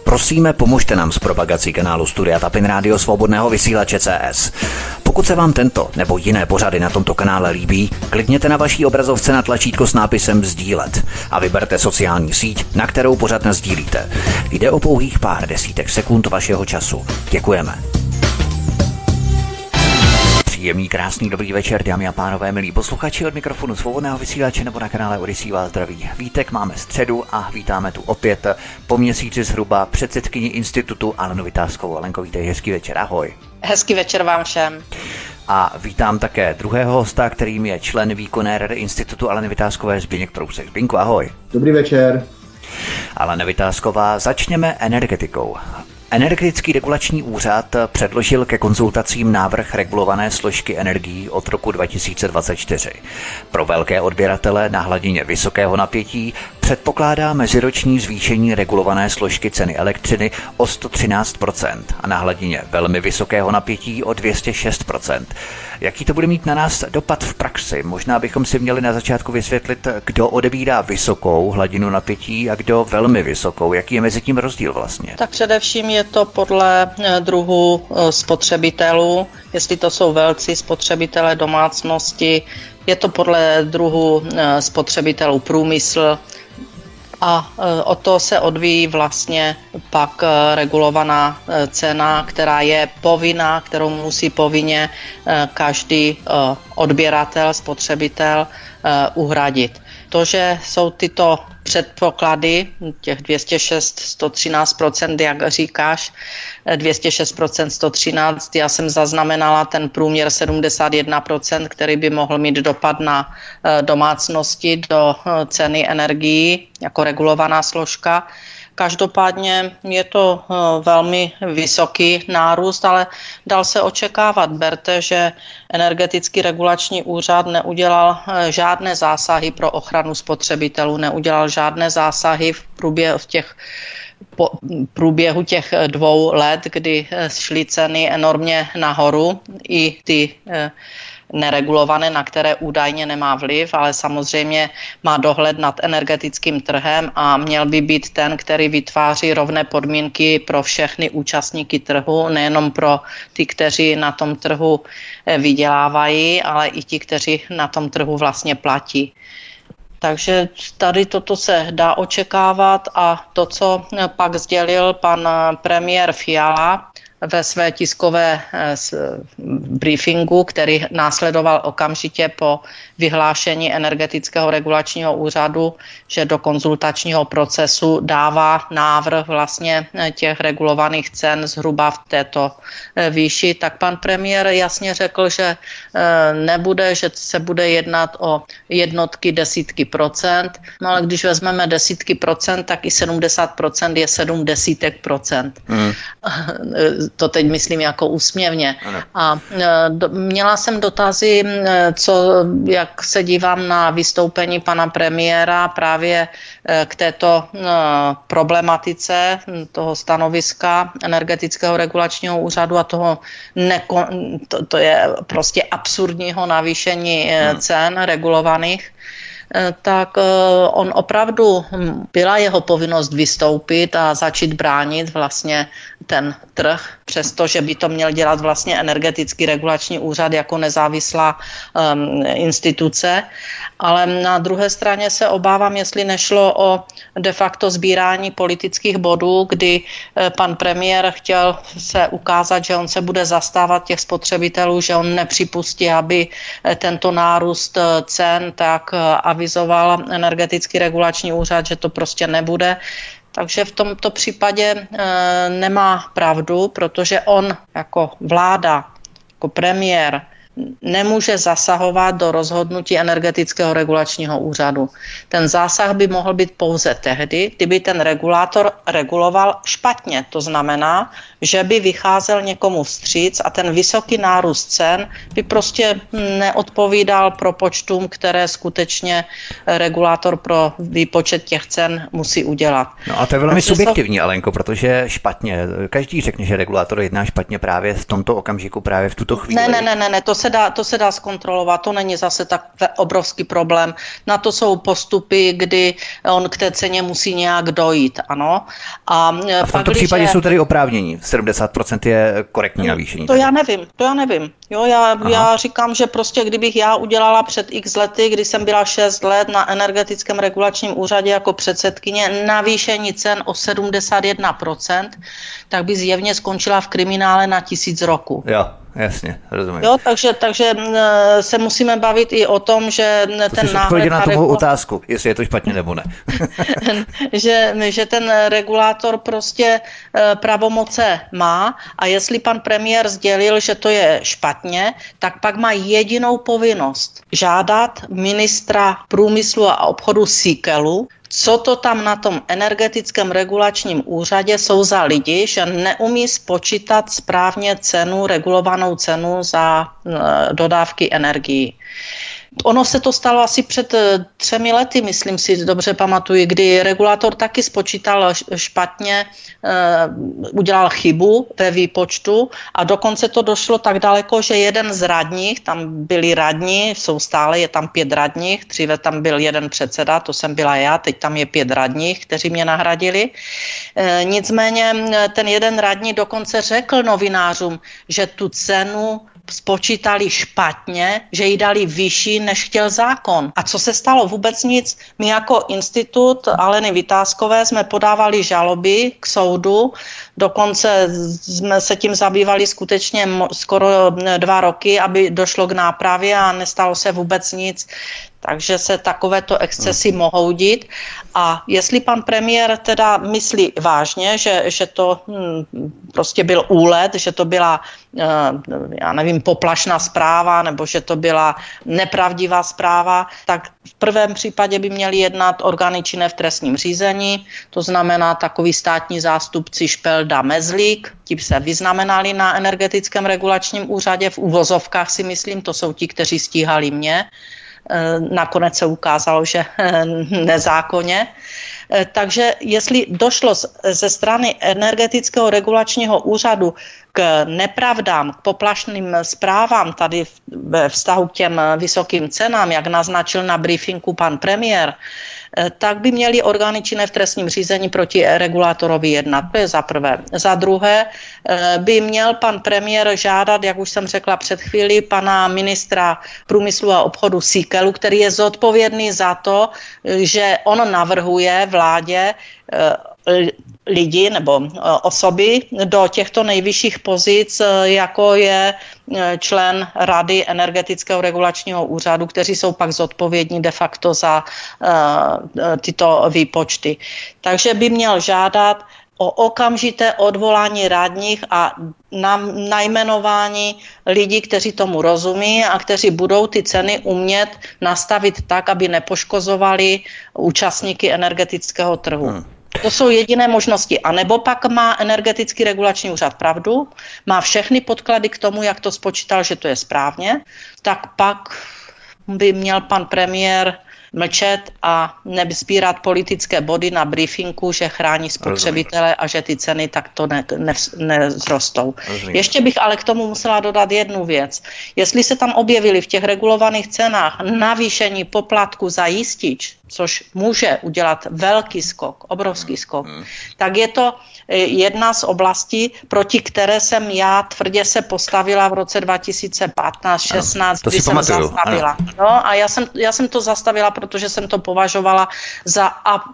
Prosíme, pomožte nám s propagací kanálu Studia Tapin Rádio Svobodného vysílače CS. Pokud se vám tento nebo jiné pořady na tomto kanále líbí, klikněte na vaší obrazovce na tlačítko s nápisem sdílet a vyberte sociální síť, na kterou pořad nasdílíte. Jde o pouhých pár desítek sekund vašeho času. Děkujeme. Příjemný, krásný, dobrý večer, dámy a pánové, milí posluchači, od mikrofonu Svobodného vysílače nebo na kanále Odyssey vás zdraví Vítek. Máme středu a vítáme tu opět po měsíci zhruba předsedkyni institutu Alenu Vitáskovou. Alenko, vítej, hezký večer, ahoj. Hezký večer vám všem. A vítám také druhého hosta, kterým je člen výkonné rady institutu Aleny Vitáskové, Zbyněk Trousek. Zbyňku, ahoj. Dobrý večer. Alena Vitásková, začněme energetikou. Energetický regulační úřad předložil ke konzultacím návrh regulované složky energií od roku 2024. Pro velké odběratele na hladině vysokého napětí předpokládá meziroční zvýšení regulované složky ceny elektřiny o 113% a na hladině velmi vysokého napětí o 206%. Jaký to bude mít na nás dopad v praxi? Možná bychom si měli na začátku vysvětlit, kdo odebírá vysokou hladinu napětí a kdo velmi vysokou. Jaký je mezi tím rozdíl vlastně? Tak především je to podle druhu spotřebitelů, jestli to jsou velcí spotřebitelé domácnosti, je to podle druhu spotřebitelů průmysl a od toho se odvíjí vlastně pak regulovaná cena, která je povinná, kterou musí povinně každý odběratel, spotřebitel uhradit. To, že jsou tyto předpoklady, těch 206, 113%, jak říkáš, 206%, 113%, já jsem zaznamenala ten průměr 71%, který by mohl mít dopad na domácnosti do ceny energií jako regulovaná složka. Každopádně je to velmi vysoký nárůst, ale dal se očekávat. Berte, že Energetický regulační úřad neudělal žádné zásahy pro ochranu spotřebitelů, neudělal žádné zásahy v průběhu těch 2 let, kdy šly ceny enormně nahoru, i ty neregulované, na které údajně nemá vliv, ale samozřejmě má dohled nad energetickým trhem a měl by být ten, který vytváří rovné podmínky pro všechny účastníky trhu, nejenom pro ty, kteří na tom trhu vydělávají, ale i ti, kteří na tom trhu vlastně platí. Takže tady toto se dá očekávat a to, co pak sdělil pan premiér Fiala ve své tiskové briefingu, který následoval okamžitě po vyhlášení Energetického regulačního úřadu, že do konzultačního procesu dává návrh vlastně těch regulovaných cen zhruba v této výši, tak pan premiér jasně řekl, že nebude, že se bude jednat o jednotky, desítky procent, no ale když vezmeme desítky procent, tak i 70% je 7 desítek procent. To teď myslím jako úsměvně. Ano. A měla jsem dotazy, jak se dívám na vystoupení pana premiéra právě k této problematice toho stanoviska Energetického regulačního úřadu a toho to je prostě absurdního navýšení cen regulovaných. Tak on opravdu byla jeho povinnost vystoupit a začít bránit vlastně ten trh, přestože by to měl dělat vlastně Energetický regulační úřad jako nezávislá instituce. Ale na druhé straně se obávám, jestli nešlo o de facto sbírání politických bodů, kdy pan premiér chtěl se ukázat, že on se bude zastávat těch spotřebitelů, že on nepřipustí, aby tento nárůst cen tak avizoval Energetický regulační úřad, že to prostě nebude. Takže v tomto případě nemá pravdu, protože on jako vláda, jako premiér nemůže zasahovat do rozhodnutí Energetického regulačního úřadu. Ten zásah by mohl být pouze tehdy, kdyby ten regulátor reguloval špatně. To znamená, že by vycházel někomu vstříc a ten vysoký nárůst cen by prostě neodpovídal propočtům, které skutečně regulátor pro výpočet těch cen musí udělat. No a to je velmi subjektivní, Alenko, protože špatně. Každý řekne, že regulátor jedná špatně právě v tomto okamžiku, právě v tuto chvíli. Ne, to se dá zkontrolovat, to není zase tak obrovský problém. Na to jsou postupy, kdy on k té ceně musí nějak dojít, ano. A v tomto případě jsou tady oprávnění, 70% je korektní navýšení. To já nevím. Jo, já říkám, že prostě kdybych já udělala před x lety, kdy jsem byla 6 let na Energetickém regulačním úřadě jako předsedkyně navýšení cen o 71%, tak by zjevně skončila v kriminále na 1000 roku. Jo, jasně, rozumím. Jo, takže se musíme bavit i o tom, že ten návrh na tu mou otázku, jestli je to špatně nebo ne. že ten regulátor prostě pravomoce má a jestli pan premiér sdělil, že to je špatně, tak pak má jedinou povinnost žádat ministra průmyslu a obchodu Síkelu, co to tam na tom Energetickém regulačním úřadě jsou za lidi, že neumí spočítat správně cenu, regulovanou cenu za dodávky energií. Ono se to stalo asi před 3 lety, myslím si, dobře pamatuji, kdy regulátor taky spočítal špatně, udělal chybu ve výpočtu a dokonce to došlo tak daleko, že jeden z radních, tam byli radní, jsou stále, je tam 5 radních, dříve tam byl jeden předseda, to jsem byla já, teď tam je 5 radních, kteří mě nahradili. Nicméně ten jeden radní dokonce řekl novinářům, že tu cenu spočítali špatně, že ji dali vyšší, než chtěl zákon. A co se stalo? Vůbec nic. My jako institut Aleny Vytázkové jsme podávali žaloby k soudu, dokonce jsme se tím zabývali skutečně skoro 2 roky, aby došlo k nápravě a nestalo se vůbec nic. Takže se takovéto excesy mohou dít. A jestli pan premiér teda myslí vážně, že to prostě byl úlet, že to byla, já nevím, poplašná zpráva, nebo že to byla nepravdivá zpráva, tak v prvém případě by měli jednat orgány činné v trestním řízení, to znamená takový státní zástupci Špelda, Mezlík, ti se vyznamenali na Energetickém regulačním úřadě, v uvozovkách si myslím, to jsou ti, kteří stíhali mě. Nakonec se ukázalo, že nezákonně. Takže jestli došlo ze strany Energetického regulačního úřadu k nepravdám, k poplašným zprávám tady ve vztahu k těm vysokým cenám, jak naznačil na briefingu pan premiér, tak by měli orgány činné v trestním řízení proti regulátorovi jednat. To je za prvé. Za druhé by měl pan premiér žádat, jak už jsem řekla před chvíli, pana ministra průmyslu a obchodu Síkelu, který je zodpovědný za to, že on navrhuje vládě lidi nebo osoby do těchto nejvyšších pozic, jako je člen Rady Energetického regulačního úřadu, kteří jsou pak zodpovědní de facto za tyto výpočty. Takže by měl žádat o okamžité odvolání radních a najmenování lidí, kteří tomu rozumí a kteří budou ty ceny umět nastavit tak, aby nepoškozovali účastníky energetického trhu. To jsou jediné možnosti. A nebo pak má Energetický regulační úřad pravdu, má všechny podklady k tomu, jak to spočítal, že to je správně, tak pak by měl pan premiér mlčet a nebýrat politické body na briefingu, že chrání spotřebitele a že ty ceny takto nezrostou. Ještě bych ale k tomu musela dodat jednu věc. Jestli se tam objevily v těch regulovaných cenách navýšení poplatku za jistič, což může udělat velký skok, obrovský skok, tak je to jedna z oblastí, proti které jsem já tvrdě se postavila v roce 2015-16, kdy jsem zastavila. No, a já jsem to zastavila, protože jsem to považovala za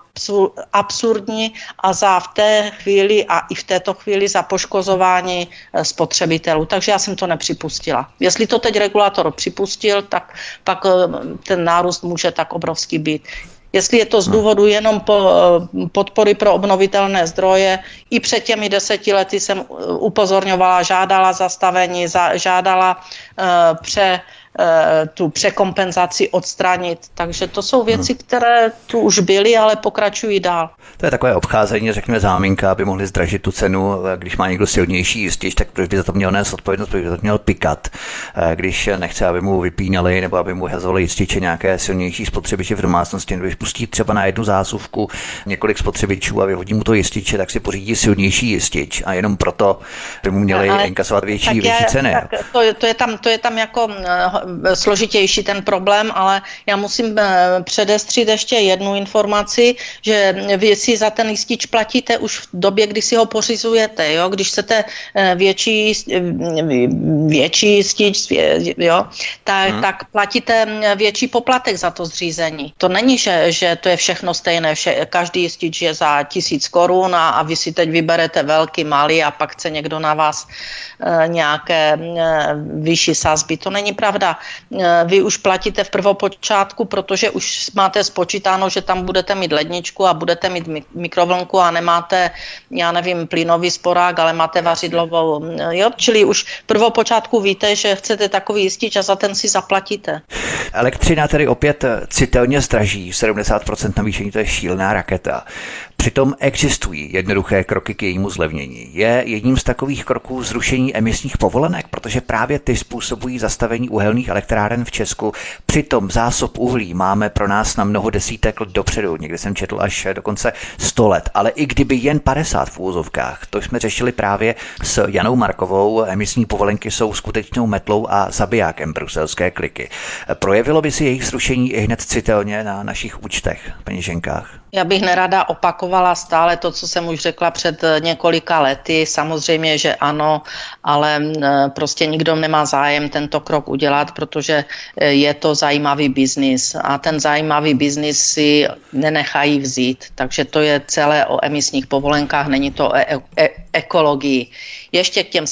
absurdní a za v té chvíli a i v této chvíli za poškozování spotřebitelů. Takže já jsem to nepřipustila. Jestli to teď regulátor připustil, tak pak ten nárůst může tak obrovský být. Jestli je to z důvodu jenom podpory pro obnovitelné zdroje, i před těmi 10 lety jsem upozorňovala, žádala zastavení, žádala tu překompenzaci odstranit. Takže to jsou věci, které tu už byly, ale pokračují dál. To je takové obcházení, řekněme záminka, aby mohli zdražit tu cenu. Když má někdo silnější jistič, tak proč by za to měl nést odpovědnost, proč by za to měl pikat, když nechce, aby mu vypínali nebo aby mu hazovali jističe nějaké silnější spotřebiče v domácnosti, nebo když pustí třeba na jednu zásuvku několik spotřebičů a vyhodí mu to jističe, tak si pořídí silnější jistič a jenom proto by mu měli inkasovat větší ceny. To je tam jako složitější ten problém, ale já musím předestřít ještě jednu informaci, že vy si za ten jistič platíte už v době, kdy si ho pořizujete, jo? Když chcete větší jistič, jo? Tak platíte větší poplatek za to zřízení. To není, že to je všechno stejné, každý jistič je za 1000 korun a vy si teď vyberete velký, malý a pak chce někdo na vás nějaké vyšší sazby. To není pravda. Vy už platíte v prvopočátku, protože už máte spočítáno, že tam budete mít ledničku a budete mít mikrovlnku a nemáte, já nevím, plynový sporák, ale máte vařidlovou. Jo? Čili už v prvopočátku víte, že chcete takový jistič a za ten si zaplatíte. Elektřina tedy opět citelně zdraží, 70% navýšení, to je šílená raketa. Přitom existují jednoduché kroky k jejímu zlevnění. Je jedním z takových kroků zrušení emisních povolenek, protože právě ty způsobují zastavení uhelných elektráren v Česku. Přitom zásob uhlí máme pro nás na mnoho desítek let dopředu. Někdy jsem četl až dokonce 100 let. Ale i kdyby jen 50 v úvozovkách, to jsme řešili právě s Janou Markovou. Emisní povolenky jsou skutečnou metlou a zabijákem bruselské kliky. Projevilo by si jejich zrušení i hned citelně na našich účtech, peněženkách? Já bych nerada opakovala stále to, co jsem už řekla před několika lety. Samozřejmě, že ano, ale prostě nikdo nemá zájem tento krok udělat, protože je to zajímavý biznis a ten zajímavý biznis si nenechají vzít. Takže to je celé o emisních povolenkách, není to o ekologii. Ještě k těm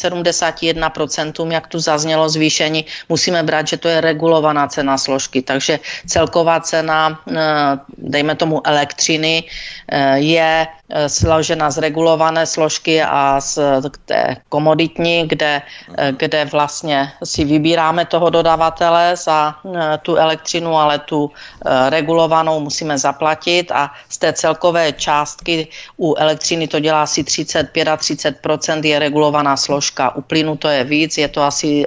71%, jak tu zaznělo zvýšení, musíme brát, že to je regulovaná cena složky, takže celková cena, dejme tomu elektřiny, je složena z regulované složky a z té komoditní, kde vlastně si vybíráme toho dodavatele za tu elektřinu, ale tu regulovanou musíme zaplatit a z té celkové částky u elektřiny to dělá asi 35 a 30% je regulovaná složka. U plynu to je víc, je to asi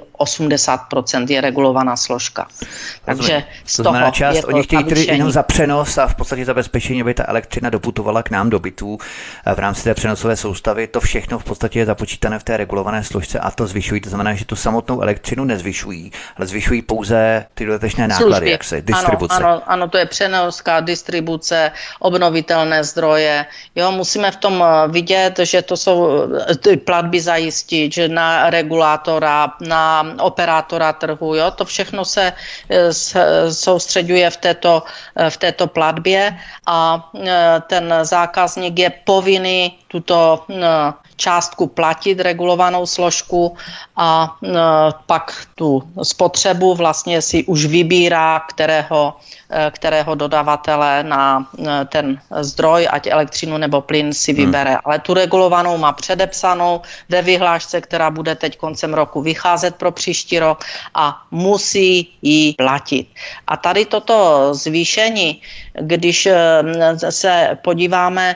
80% je regulovaná složka. Takže z toho znamená část, je to oni chtějí tedy jenom za přenos a v podstatě zabezpečení, aby ta elektřina doputovala k nám do bytů v rámci té přenosové soustavy. To všechno v podstatě je započítané v té regulované složce a to zvyšují. To znamená, že tu samotnou elektřinu nezvyšují, ale zvyšují pouze ty dodatečné náklady, jak se distribuce. Ano, to je přenoská distribuce, obnovitelné zdroje. Jo, musíme v tom vidět, že to jsou ty platby zajistit, že na regulátora, na operátora trhu, jo, to všechno se soustředuje v této platbě a ten zákazník je povinný tuto částku platit, regulovanou složku a pak tu spotřebu vlastně si už vybírá, kterého dodavatele na ten zdroj, ať elektřinu nebo plyn si vybere. Ale tu regulovanou má předepsanou ve vyhlášce, která bude teď koncem roku vycházet pro příští rok a musí ji platit. A tady toto zvýšení, když se podíváme,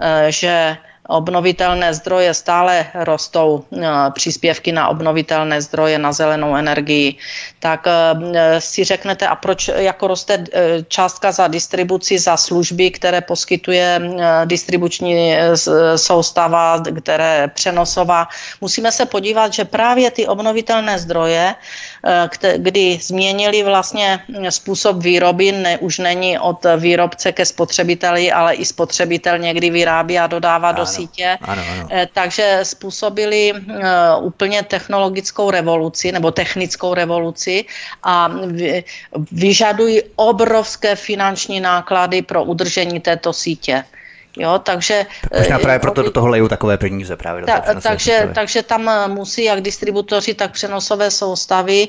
že obnovitelné zdroje stále rostou, příspěvky na obnovitelné zdroje, na zelenou energii, tak si řeknete, a proč jako roste částka za distribuci, za služby, které poskytuje distribuční soustava, které přenosová. Musíme se podívat, že právě ty obnovitelné zdroje, kdy změnili vlastně způsob výroby, už není od výrobce ke spotřebiteli, ale i spotřebitel někdy vyrábí a dodává do sítě. Ano. Takže způsobili úplně technologickou revoluci nebo technickou revoluci a vyžadují obrovské tam náklady pro udržení této sítě. Jo, takže možná právě proto do toho lejou takové peníze právě do takže tam musí jak distributoři, tak přenosové soustavy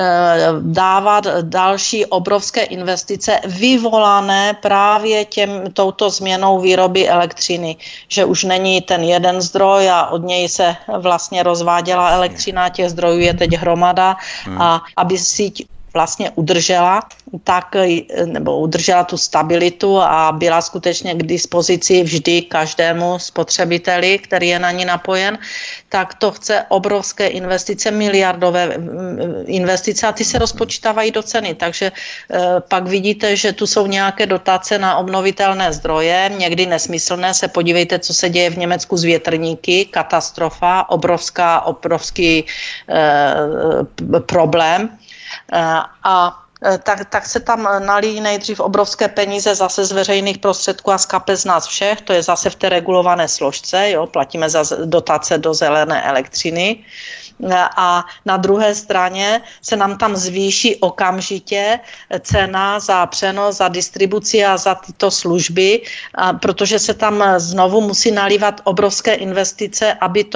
dávat další obrovské investice vyvolané právě touto změnou výroby elektřiny, že už není ten jeden zdroj a od něj se vlastně rozváděla elektřina, těch zdrojů je teď hromada a aby síť vlastně udržela, nebo udržela tu stabilitu a byla skutečně k dispozici vždy každému spotřebiteli, který je na ní napojen, tak to chce obrovské investice, miliardové investice a ty se rozpočítávají do ceny. Takže pak vidíte, že tu jsou nějaké dotace na obnovitelné zdroje, někdy nesmyslné. Se podívejte, co se děje v Německu s větrníky, katastrofa, obrovský problém. Tak se tam nalíjí nejdřív obrovské peníze zase z veřejných prostředků a z kapes nás všech, to je zase v té regulované složce, jo, platíme za dotace do zelené elektřiny. A na druhé straně se nám tam zvýší okamžitě cena za přenos, za distribuci a za tyto služby, protože se tam znovu musí nalívat obrovské investice,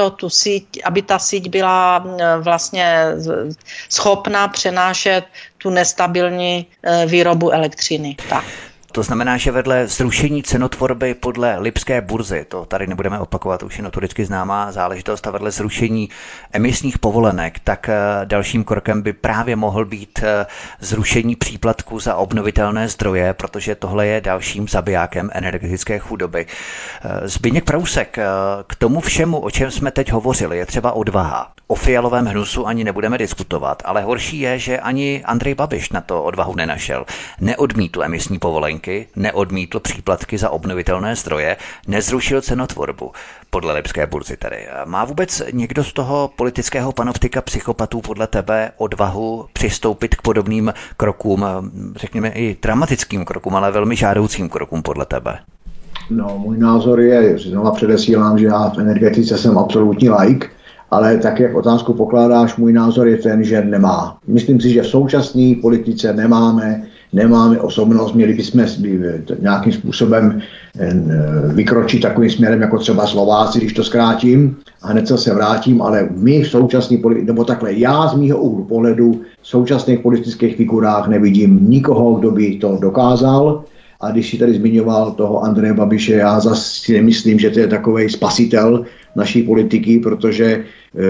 aby ta síť byla vlastně schopná přenášet tu nestabilní výrobu elektřiny. Tak. To znamená, že vedle zrušení cenotvorby podle lipské burzy, to tady nebudeme opakovat, už je notoricky známá záležitost, a vedle zrušení emisních povolenek, tak dalším krokem by právě mohl být zrušení příplatku za obnovitelné zdroje, protože tohle je dalším zabijákem energetické chudoby. Zbyněk Prousek, k tomu všemu, o čem jsme teď hovořili, je třeba odvaha. O fialovém hnusu ani nebudeme diskutovat, ale horší je, že ani Andrej Babiš na to odvahu nenašel. Neodmítl emisní povolenky, neodmítl příplatky za obnovitelné zdroje, nezrušil cenotvorbu podle lipské burzy tedy. Má vůbec někdo z toho politického panoptika psychopatů podle tebe odvahu přistoupit k podobným krokům, řekněme i dramatickým krokům, ale velmi žádoucím krokům podle tebe? No, můj názor je, znova předesílám, že já v energetice jsem absolutní laik, ale tak, jak otázku pokládáš, můj názor je ten, že nemá. Myslím si, že v současné politice nemáme osobnost, měli bychom nějakým způsobem vykročit takovým směrem, jako třeba Slováci, když to zkrátím, a hned se vrátím, ale my v současné politice, nebo takhle, já z mýho úhlu pohledu v současných politických figurách nevidím nikoho, kdo by to dokázal. A když si tady zmiňoval toho Andreje Babiše, já zase si nemyslím, že to je takovej spasitel naší politiky, protože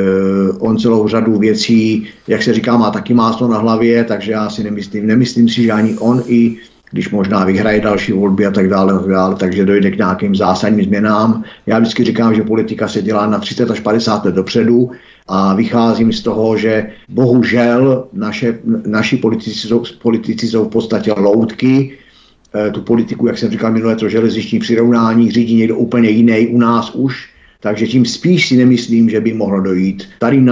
on celou řadu věcí, jak se říká, má taky máslo na hlavě, takže já si nemyslím si, že ani on, i když možná vyhraje další volby a tak dále, takže dojde k nějakým zásadním změnám. Já vždycky říkám, že politika se dělá na 30 až 50 let dopředu a vycházím z toho, že bohužel naši politici jsou v podstatě loutky. Tu politiku, jak jsem říkal minule, to železniční přirovnání řídí někdo úplně jiný u nás už, takže tím spíš si nemyslím, že by mohlo dojít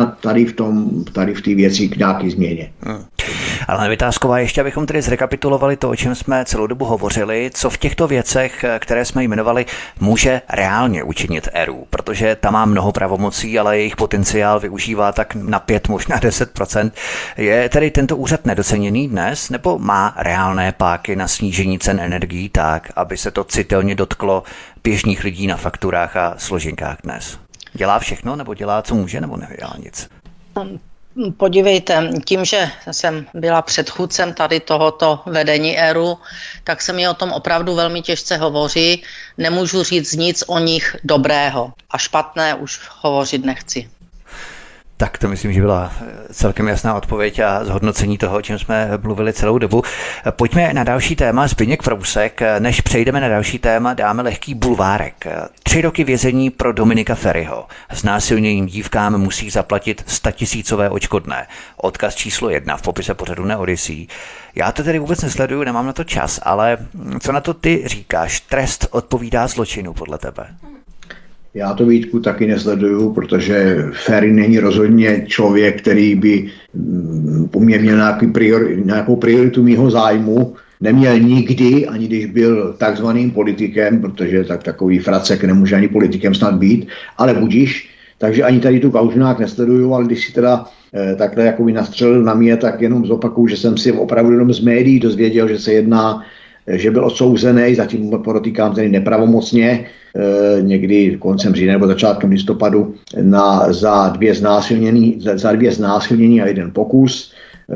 tady v té věci k nějaké změně. Ale Vytázková, ještě abychom tedy zrekapitulovali to, o čem jsme celou dobu hovořili, co v těchto věcech, které jsme jmenovali, může reálně učinit ERÚ, protože tam má mnoho pravomocí, ale jejich potenciál využívá tak na 5, možná 10%. Je tedy tento úřad nedoceněný dnes, nebo má reálné páky na snížení cen energií tak, aby se to citelně dotklo běžných lidí na fakturách a složenkách dnes? Dělá všechno, nebo dělá, co může, nebo nedělá nic? Podívejte, tím, že jsem byla předchůdcem tady tohoto vedení ERÚ, tak se mi o tom opravdu velmi těžce hovoří. Nemůžu říct nic o nich dobrého a špatné už hovořit nechci. Tak to myslím, že byla celkem jasná odpověď a zhodnocení toho, o čem jsme mluvili celou dobu. Pojďme na další téma. Zbyněk Prousek. Než přejdeme na další téma, dáme lehký bulvárek. 3 roky vězení pro Dominika Feriho. Znásilněným dívkám musí zaplatit 100 000 odškodné. Odkaz číslo 1 v popise pořadu na Odyssey. Já to tedy vůbec nesleduju, nemám na to čas, ale co na to ty říkáš? Trest odpovídá zločinu podle tebe? Já to, Vítku, taky nesleduju, protože Feri není rozhodně člověk, který by poměrně nějakou prioritu mýho zájmu neměl nikdy, ani když byl takzvaným politikem, protože takový fracek nemůže ani politikem snad být, ale budiš. Takže ani tady tu kauzu nějak nesleduju, ale když si teda takhle jakoby nastřelil na mě, tak jenom zopakuju, že jsem si opravdu jenom z médií dozvěděl, že se jedná, že byl odsouzený, zatím podotýkám tedy nepravomocně, někdy koncem října nebo začátkem listopadu za dvě znásilnění a 1 pokus.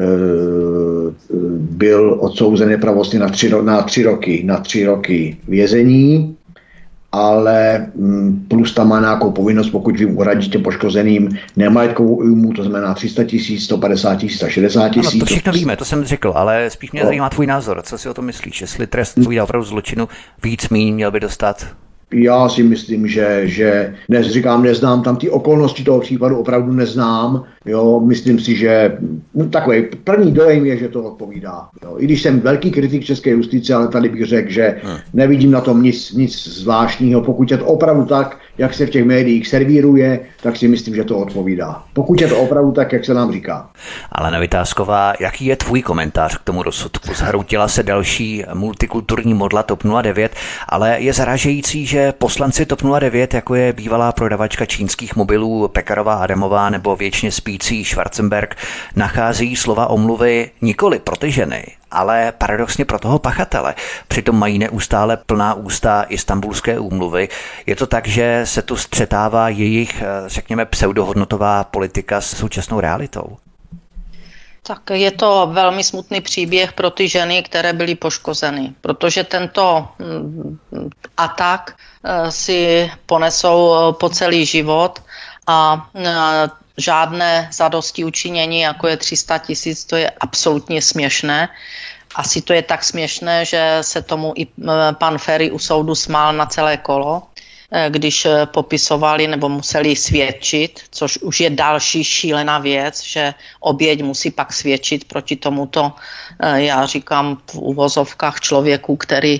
Byl odsouzen nepravomocně na 3 roky vězení, ale ústa má nějakou povinnost, pokud vím, uhradit těm poškozeným nemajetkovou újmu, to znamená 300 000, 150 000 a 60 000. Ano, to všechno víme, to jsem řekl, ale spíš mě zajímá tvůj názor. Co si o tom myslíš? Jestli trest tvůj opravdu zločinu víc míň měl by dostat? Já si myslím, že dnes říkám, neznám tam ty okolnosti toho případu, opravdu neznám. Jo, myslím si, že takový první dojem je, že to odpovídá. Jo. I když jsem velký kritik české justice, ale tady bych řekl, že nevidím na tom nic zvláštního. Pokud je to opravdu tak, jak se v těch médiích servíruje, tak si myslím, že to odpovídá. Pokud je to opravdu tak, jak se nám říká. Alena Vitásková, jaký je tvůj komentář k tomu rozsudku? Zhroutila se další multikulturní modla TOP 09, ale je zarážející, že poslanci TOP 09, jako je bývalá prodavačka čínských mobilů Pekarová Adamová nebo věčně spící Schwarzenberg, nachází slova omluvy nikoli pro ty ženy, ale paradoxně pro toho pachatele. Přitom mají neustále plná ústa Istanbulské úmluvy. Je to tak, že se tu střetává jejich, řekněme, pseudohodnotová politika s současnou realitou? Tak je to velmi smutný příběh pro ty ženy, které byly poškozeny, protože tento atak si ponesou po celý život a žádné zadosti učinění, jako je 300 000, to je absolutně směšné. Asi to je tak směšné, že se tomu i pan Ferry u soudu smál na celé kolo, když popisovali nebo museli svědčit, což už je další šílená věc, že oběť musí pak svědčit proti tomuto, já říkám v uvozovkách, člověku, který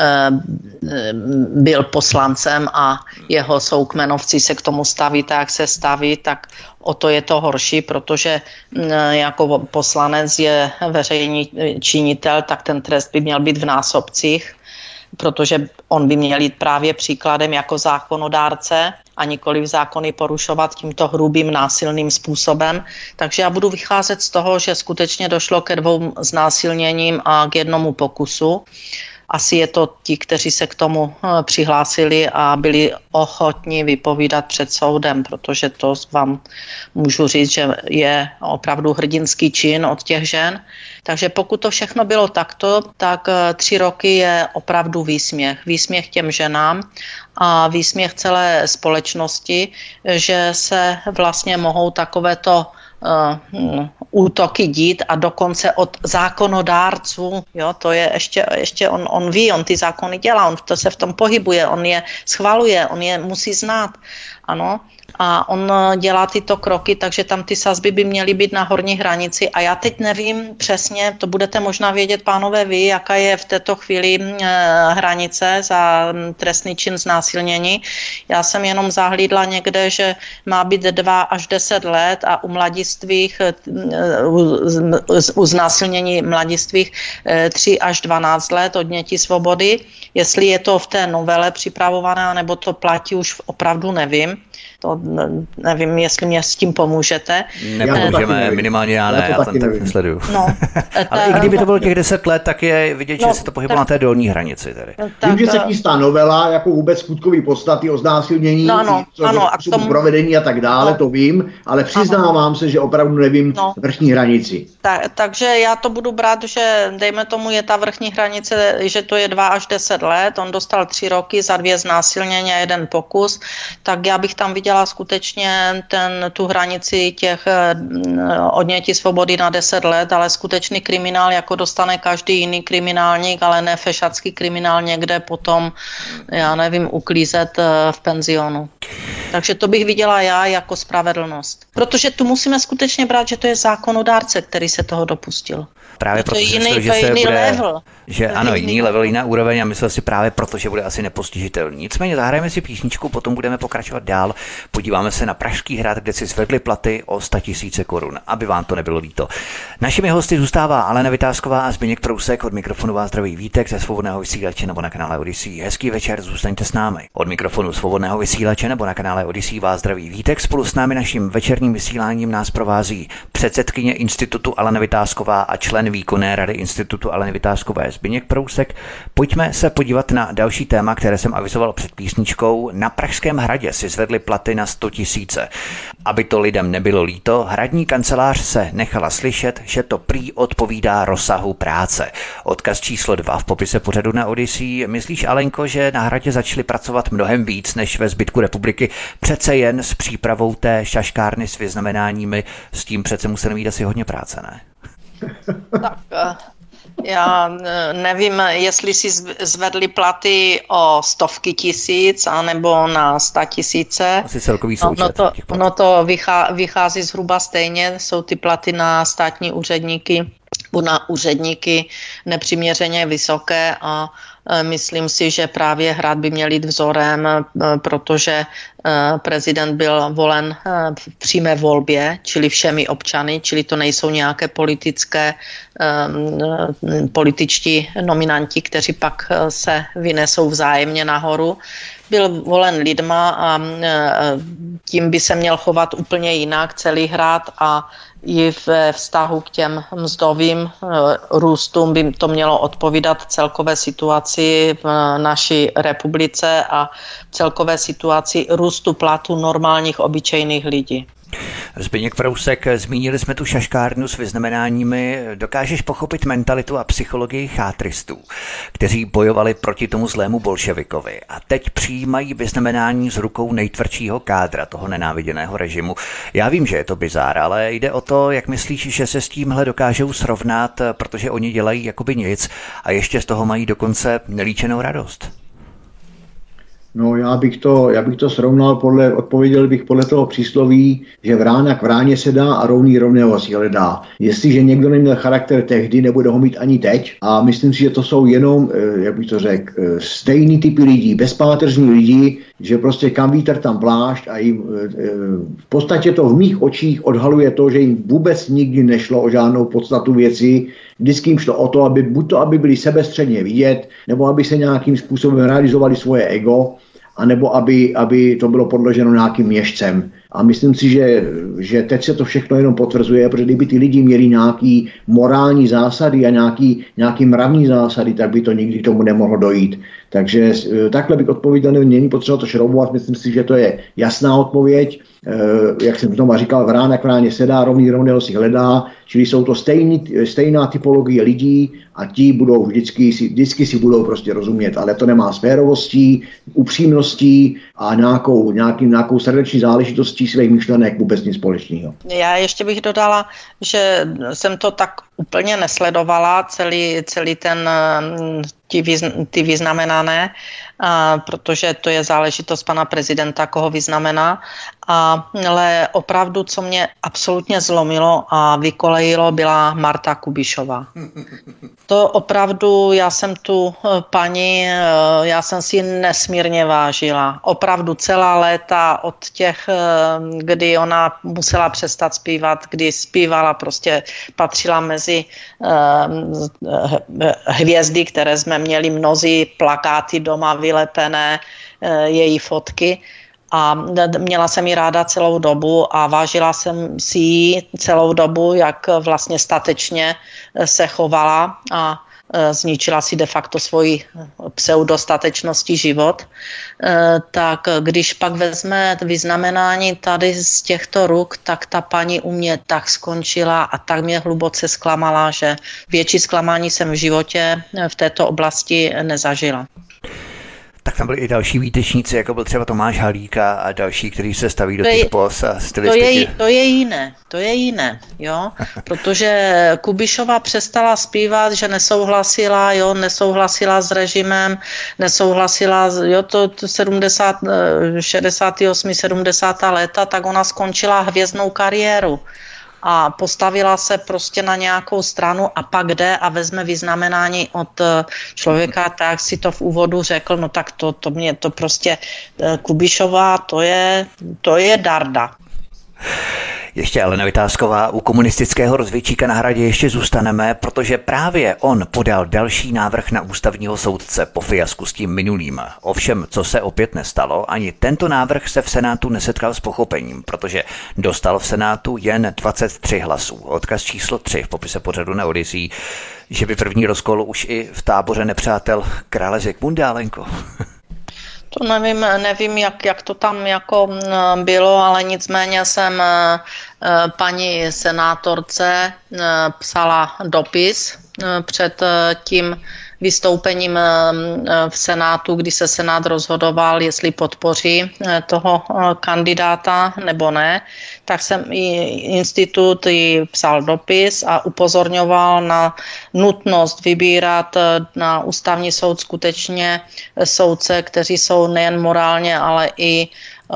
byl poslancem a jeho soukmenovci se k tomu staví tak, jak se staví, tak o to je to horší, protože jako poslanec je veřejný činitel, tak ten trest by měl být v násobcích, protože on by měl jít právě příkladem jako zákonodárce a nikoli v zákony porušovat tímto hrubým násilným způsobem. Takže já budu vycházet z toho, že skutečně došlo ke 2 znásilněním a k 1 pokusu. Asi je to ti, kteří se k tomu přihlásili a byli ochotní vypovídat před soudem, protože to vám můžu říct, že je opravdu hrdinský čin od těch žen. Takže pokud to všechno bylo takto, tak 3 roky je opravdu výsměch. Výsměch těm ženám a výsměch celé společnosti, že se vlastně mohou takovéto útoky dít a dokonce od zákonodárců, jo, to je ještě on ví, on ty zákony dělá, on to se v tom pohybuje, on je schvaluje, on je musí znát, ano, a on dělá tyto kroky, takže tam ty sazby by měly být na horní hranici a já teď nevím přesně, to budete možná vědět, pánové, vy, jaká je v této chvíli hranice za trestný čin znásilnění. Já jsem jenom zahlídla někde, že má být 2 až 10 let a u mladistvých, u znásilnění mladistvých 3 až 12 let odnětí svobody. Jestli je to v té novele připravované, nebo to platí, už opravdu nevím. To nevím, jestli mě s tím pomůžete. Nepomůžeme, minimálně já ne, já ten tak nesleduju. No, ale i kdyby to bylo těch 10 let, tak je vidět, že se to pohybuje na té dolní hranici. Tedy. Vím, že se chystá novela, jako vůbec skutkový podstaty o znásilnění, provedení a tak dále, to vím, ale přiznávám se, že opravdu nevím vrchní hranici. Takže já to budu brát, že dejme tomu je ta vrchní hranice, že to je 2 až 10 let, on dostal 3 roky za 2 znásilnění a 1 pokus, tak já bych tam viděla skutečně tu hranici těch odnětí svobody na 10 let, ale skutečný kriminál, jako dostane každý jiný kriminálník, ale ne fešacký kriminál někde potom, já nevím, uklízet v penzionu. Takže to bych viděla já jako spravedlnost. Protože tu musíme skutečně brát, že to je zákonodárce, který se toho dopustil. Právě proto, že se bude, level. Že ano, jiný level, jiná úroveň a myslel si právě proto, že bude asi nepostižitelný. Nicméně zahrajeme si písničku, potom budeme pokračovat dál. Podíváme se na Pražský hrad, kde si zvedli platy o 100 000 korun, aby vám to nebylo líto. Našimi hosty zůstává Alena Vitásková a Zbyněk Prousek. Od mikrofonu vás zdraví Vítek ze Svobodného vysílače nebo na kanále Odyssey. Hezký večer, zůstaňte s námi. Od mikrofonu Svobodného vysílače nebo na kanále Odyssey vás zdraví Vítek. Spolu s námi naším večerním vysíláním nás provází předsedkyně Institutu Alena Vitásková a člen výkonné rady Institutu Aleny Vitáskové Zbyněk Prousek. Pojďme se podívat na další téma, které jsem avizoval před písničkou. Na Pražském hradě si zvedli platy na 100 000. Aby to lidem nebylo líto, hradní kancelář se nechala slyšet, že to prý odpovídá rozsahu práce. Odkaz číslo 2 v popise pořadu na Odyssey. Myslíš, Alenko, že na hradě začali pracovat mnohem víc než ve zbytku republiky? Přece jen s přípravou té šaškárny s vyznamenáními, s tím přece museli mít asi hodně práce, ne? Tak já nevím, jestli si zvedli platy o stovky tisíc, anebo na 100 000. Asi celkový součet. No to vychází zhruba stejně, jsou ty platy na státní úředníky, na úředníky nepřiměřeně vysoké a myslím si, že právě Hrad by měl jít vzorem, protože prezident byl volen v přímé volbě, čili všemi občany, čili to nejsou nějaké političtí nominanti, kteří pak se vynesou vzájemně nahoru. Byl volen lidma a tím by se měl chovat úplně jinak celý Hrad a i ve vztahu k těm mzdovým růstům by to mělo odpovídat celkové situaci v naší republice a celkové situaci růstu platu normálních obyčejných lidí. Zbyněk Prousek, zmínili jsme tu šaškárnu s vyznamenáními. Dokážeš pochopit mentalitu a psychologii chátristů, kteří bojovali proti tomu zlému bolševikovi a teď přijímají vyznamenání z rukou nejtvrdšího kádra toho nenáviděného režimu? Já vím, že je to bizár, ale jde o to, jak myslíš, že se s tímhle dokážou srovnat, protože oni dělají jakoby nic a ještě z toho mají dokonce nelíčenou radost. No, já bych to srovnal odpověděl bych podle toho přísloví, že vrána k vráně se dá a rovný rovného si hledá. Jestliže někdo neměl charakter tehdy, nebude ho mít ani teď. A myslím si, že to jsou jenom, jak bych to řekl, stejný typy lidí, bezpáteřní lidi, že prostě kam vítr tam plášť a jim, v podstatě to v mých očích odhaluje to, že jim vůbec nikdy nešlo o žádnou podstatu věci. Vždycky jim šlo o to, aby byli sebestředně vidět, nebo aby se nějakým způsobem realizovali svoje ego, anebo aby to bylo podloženo nějakým měšcem. A myslím si, že teď se to všechno jenom potvrzuje, protože kdyby ty lidi měli nějaký morální zásady a nějaký mravní zásady, tak by to nikdy k tomu nemohlo dojít. Takže takhle bych odpověděl, není potřeba to šroubovat, myslím si, že to je jasná odpověď. Jak jsem znovu říkal, vrána k vráně sedá, rovný rovného si hledá, čili jsou to stejná typologie lidí a ti budou vždycky si budou prostě rozumět, ale to nemá sférovostí, upřímností a nějakou srdeční záležitostí svých myšlenek vůbec nic společného. Já ještě bych dodala, že jsem to tak úplně nesledovala, celý ty vyznamenané, protože to je záležitost pana prezidenta, koho vyznamená. Ale opravdu, co mě absolutně zlomilo a vykolejilo, byla Marta Kubišová. To opravdu, já jsem tu paní, já jsem si nesmírně vážila. Opravdu celá léta od těch, kdy ona musela přestat zpívat, kdy zpívala, prostě patřila mezi hvězdy, které jsme měli mnozí, plakáty doma vylepené, její fotky. A měla jsem ji ráda celou dobu a vážila jsem si ji celou dobu, jak vlastně statečně se chovala a zničila si de facto svoji pseudostatečností život. Tak když pak vezme vyznamenání tady z těchto ruk, tak ta paní u mě tak skončila a tak mě hluboce zklamala, že větší zklamání jsem v životě v této oblasti nezažila. Tak tam byli i další výtečníci, jako byl třeba Tomáš Halíka a další, kteří se staví do těch pos a stylistiky. To je jiné, jo, protože Kubišová přestala zpívat, že nesouhlasila s režimem, nesouhlasila, to 68, 70. léta, tak ona skončila hvězdnou kariéru. A postavila se prostě na nějakou stranu a pak jde a vezme vyznamenání od člověka, tak si to v úvodu řekl, no tak to prostě Kubišová, to je darda. Ještě Alena Vitásková, u komunistického rozvědčíka na Hradě ještě zůstaneme, protože právě on podal další návrh na ústavního soudce po fiasku s tím minulým. Ovšem, co se opět nestalo, ani tento návrh se v Senátu nesetkal s pochopením, protože dostal v Senátu jen 23 hlasů. Odkaz číslo 3 v popise pořadu na Odyssey, že by první rozkol už i v táboře nepřátel krále Zikmunda, Alenko. To nevím, jak to tam jako bylo, ale nicméně jsem paní senátorce psala dopis před tím vystoupením v Senátu, kdy se Senát rozhodoval, jestli podpoří toho kandidáta nebo ne, tak jsem i institut psal dopis a upozorňoval na nutnost vybírat na ústavní soud skutečně soudce, kteří jsou nejen morálně, ale i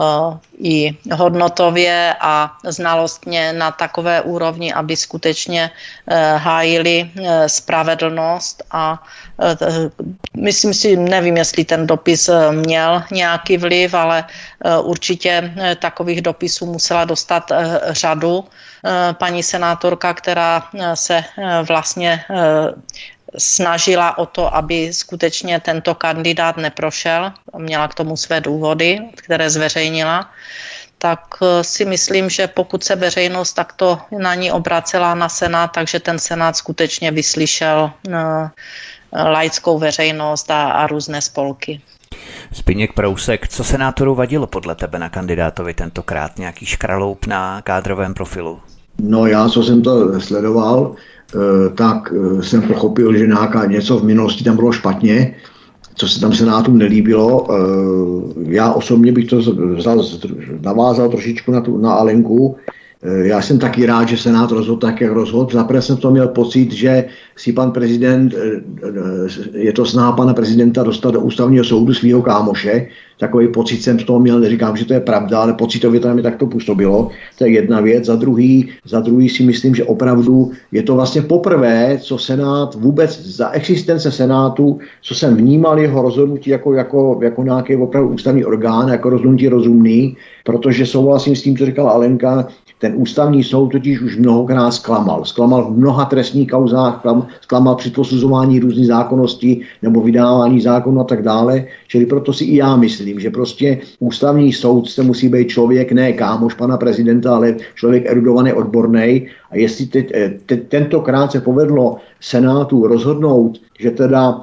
hodnotově a znalostně na takové úrovni, aby skutečně hájili spravedlnost a myslím si, nevím, jestli ten dopis měl nějaký vliv, ale určitě takových dopisů musela dostat řadu paní senátorka, která se vlastně snažila o to, aby skutečně tento kandidát neprošel. Měla k tomu své důvody, které zveřejnila. Tak si myslím, že pokud se veřejnost takto na ní obracela na Senát, takže ten Senát skutečně vyslyšel laickou veřejnost a různé spolky. Zbyněk Prousek, co senátoru vadilo podle tebe na kandidátovi tentokrát? Nějaký škraloup na kádrovém profilu? No já, co jsem to sledoval, tak jsem pochopil, že něco v minulosti tam bylo špatně, co se tam Senátu nelíbilo. Já osobně bych to navázal trošičku na Alenku. Já jsem taky rád, že Senát rozhodl tak, jak rozhodl. Zaprvé jsem to měl pocit, že si pan prezident, je to snaha pana prezidenta dostat do ústavního soudu svého kámoše. Takový pocit jsem z toho měl, neříkám, že to je pravda, ale pocitově to mi takto působilo. To je jedna věc. Za druhý si myslím, že opravdu je to vlastně poprvé, co Senát vůbec za existence Senátu, co jsem vnímal jeho rozhodnutí jako nějaký opravdu ústavní orgán, jako rozhodnutí rozumný, protože souhlasím s tím, co říkala Alenka. Ten ústavní soud totiž už mnohokrát zklamal. Zklamal v mnoha trestních kauzách, zklamal při posuzování různých zákonností nebo vydávání zákonů a tak dále. Čili proto si i já myslím, že prostě ústavní soudce musí být člověk, ne kámoš pana prezidenta, ale člověk erudovaný, odborný. A jestli tentokrát se povedlo Senátu rozhodnout, že teda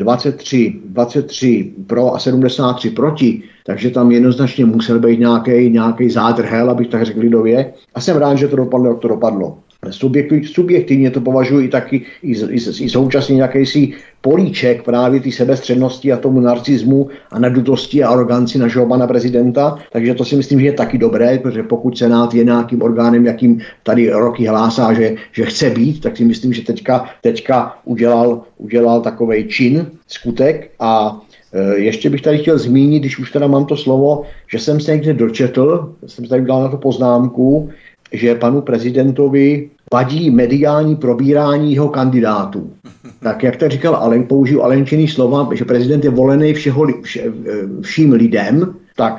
23 pro a 73 proti, takže tam jednoznačně musel být nějaký zádrhel, abych tak řekl lidově. A jsem rád, že to dopadlo, jak to dopadlo. Subjektivně to považuji taky i současně jakýsi políček právě ty sebestřednosti a tomu narcismu a nadutosti a aroganci našeho pana prezidenta. Takže to si myslím, že je taky dobré, protože pokud Senát je nějakým orgánem, jakým tady roky hlásá, že chce být, tak si myslím, že teďka udělal takovej čin, skutek. A ještě bych tady chtěl zmínit, když už teda mám to slovo, že jsem se někde dočetl, jsem tady dal na to poznámku, že panu prezidentovi vadí mediální probírání jeho kandidátů. Tak jak tak říkal použiju Alenčiny slova, že prezident je volený vším lidem,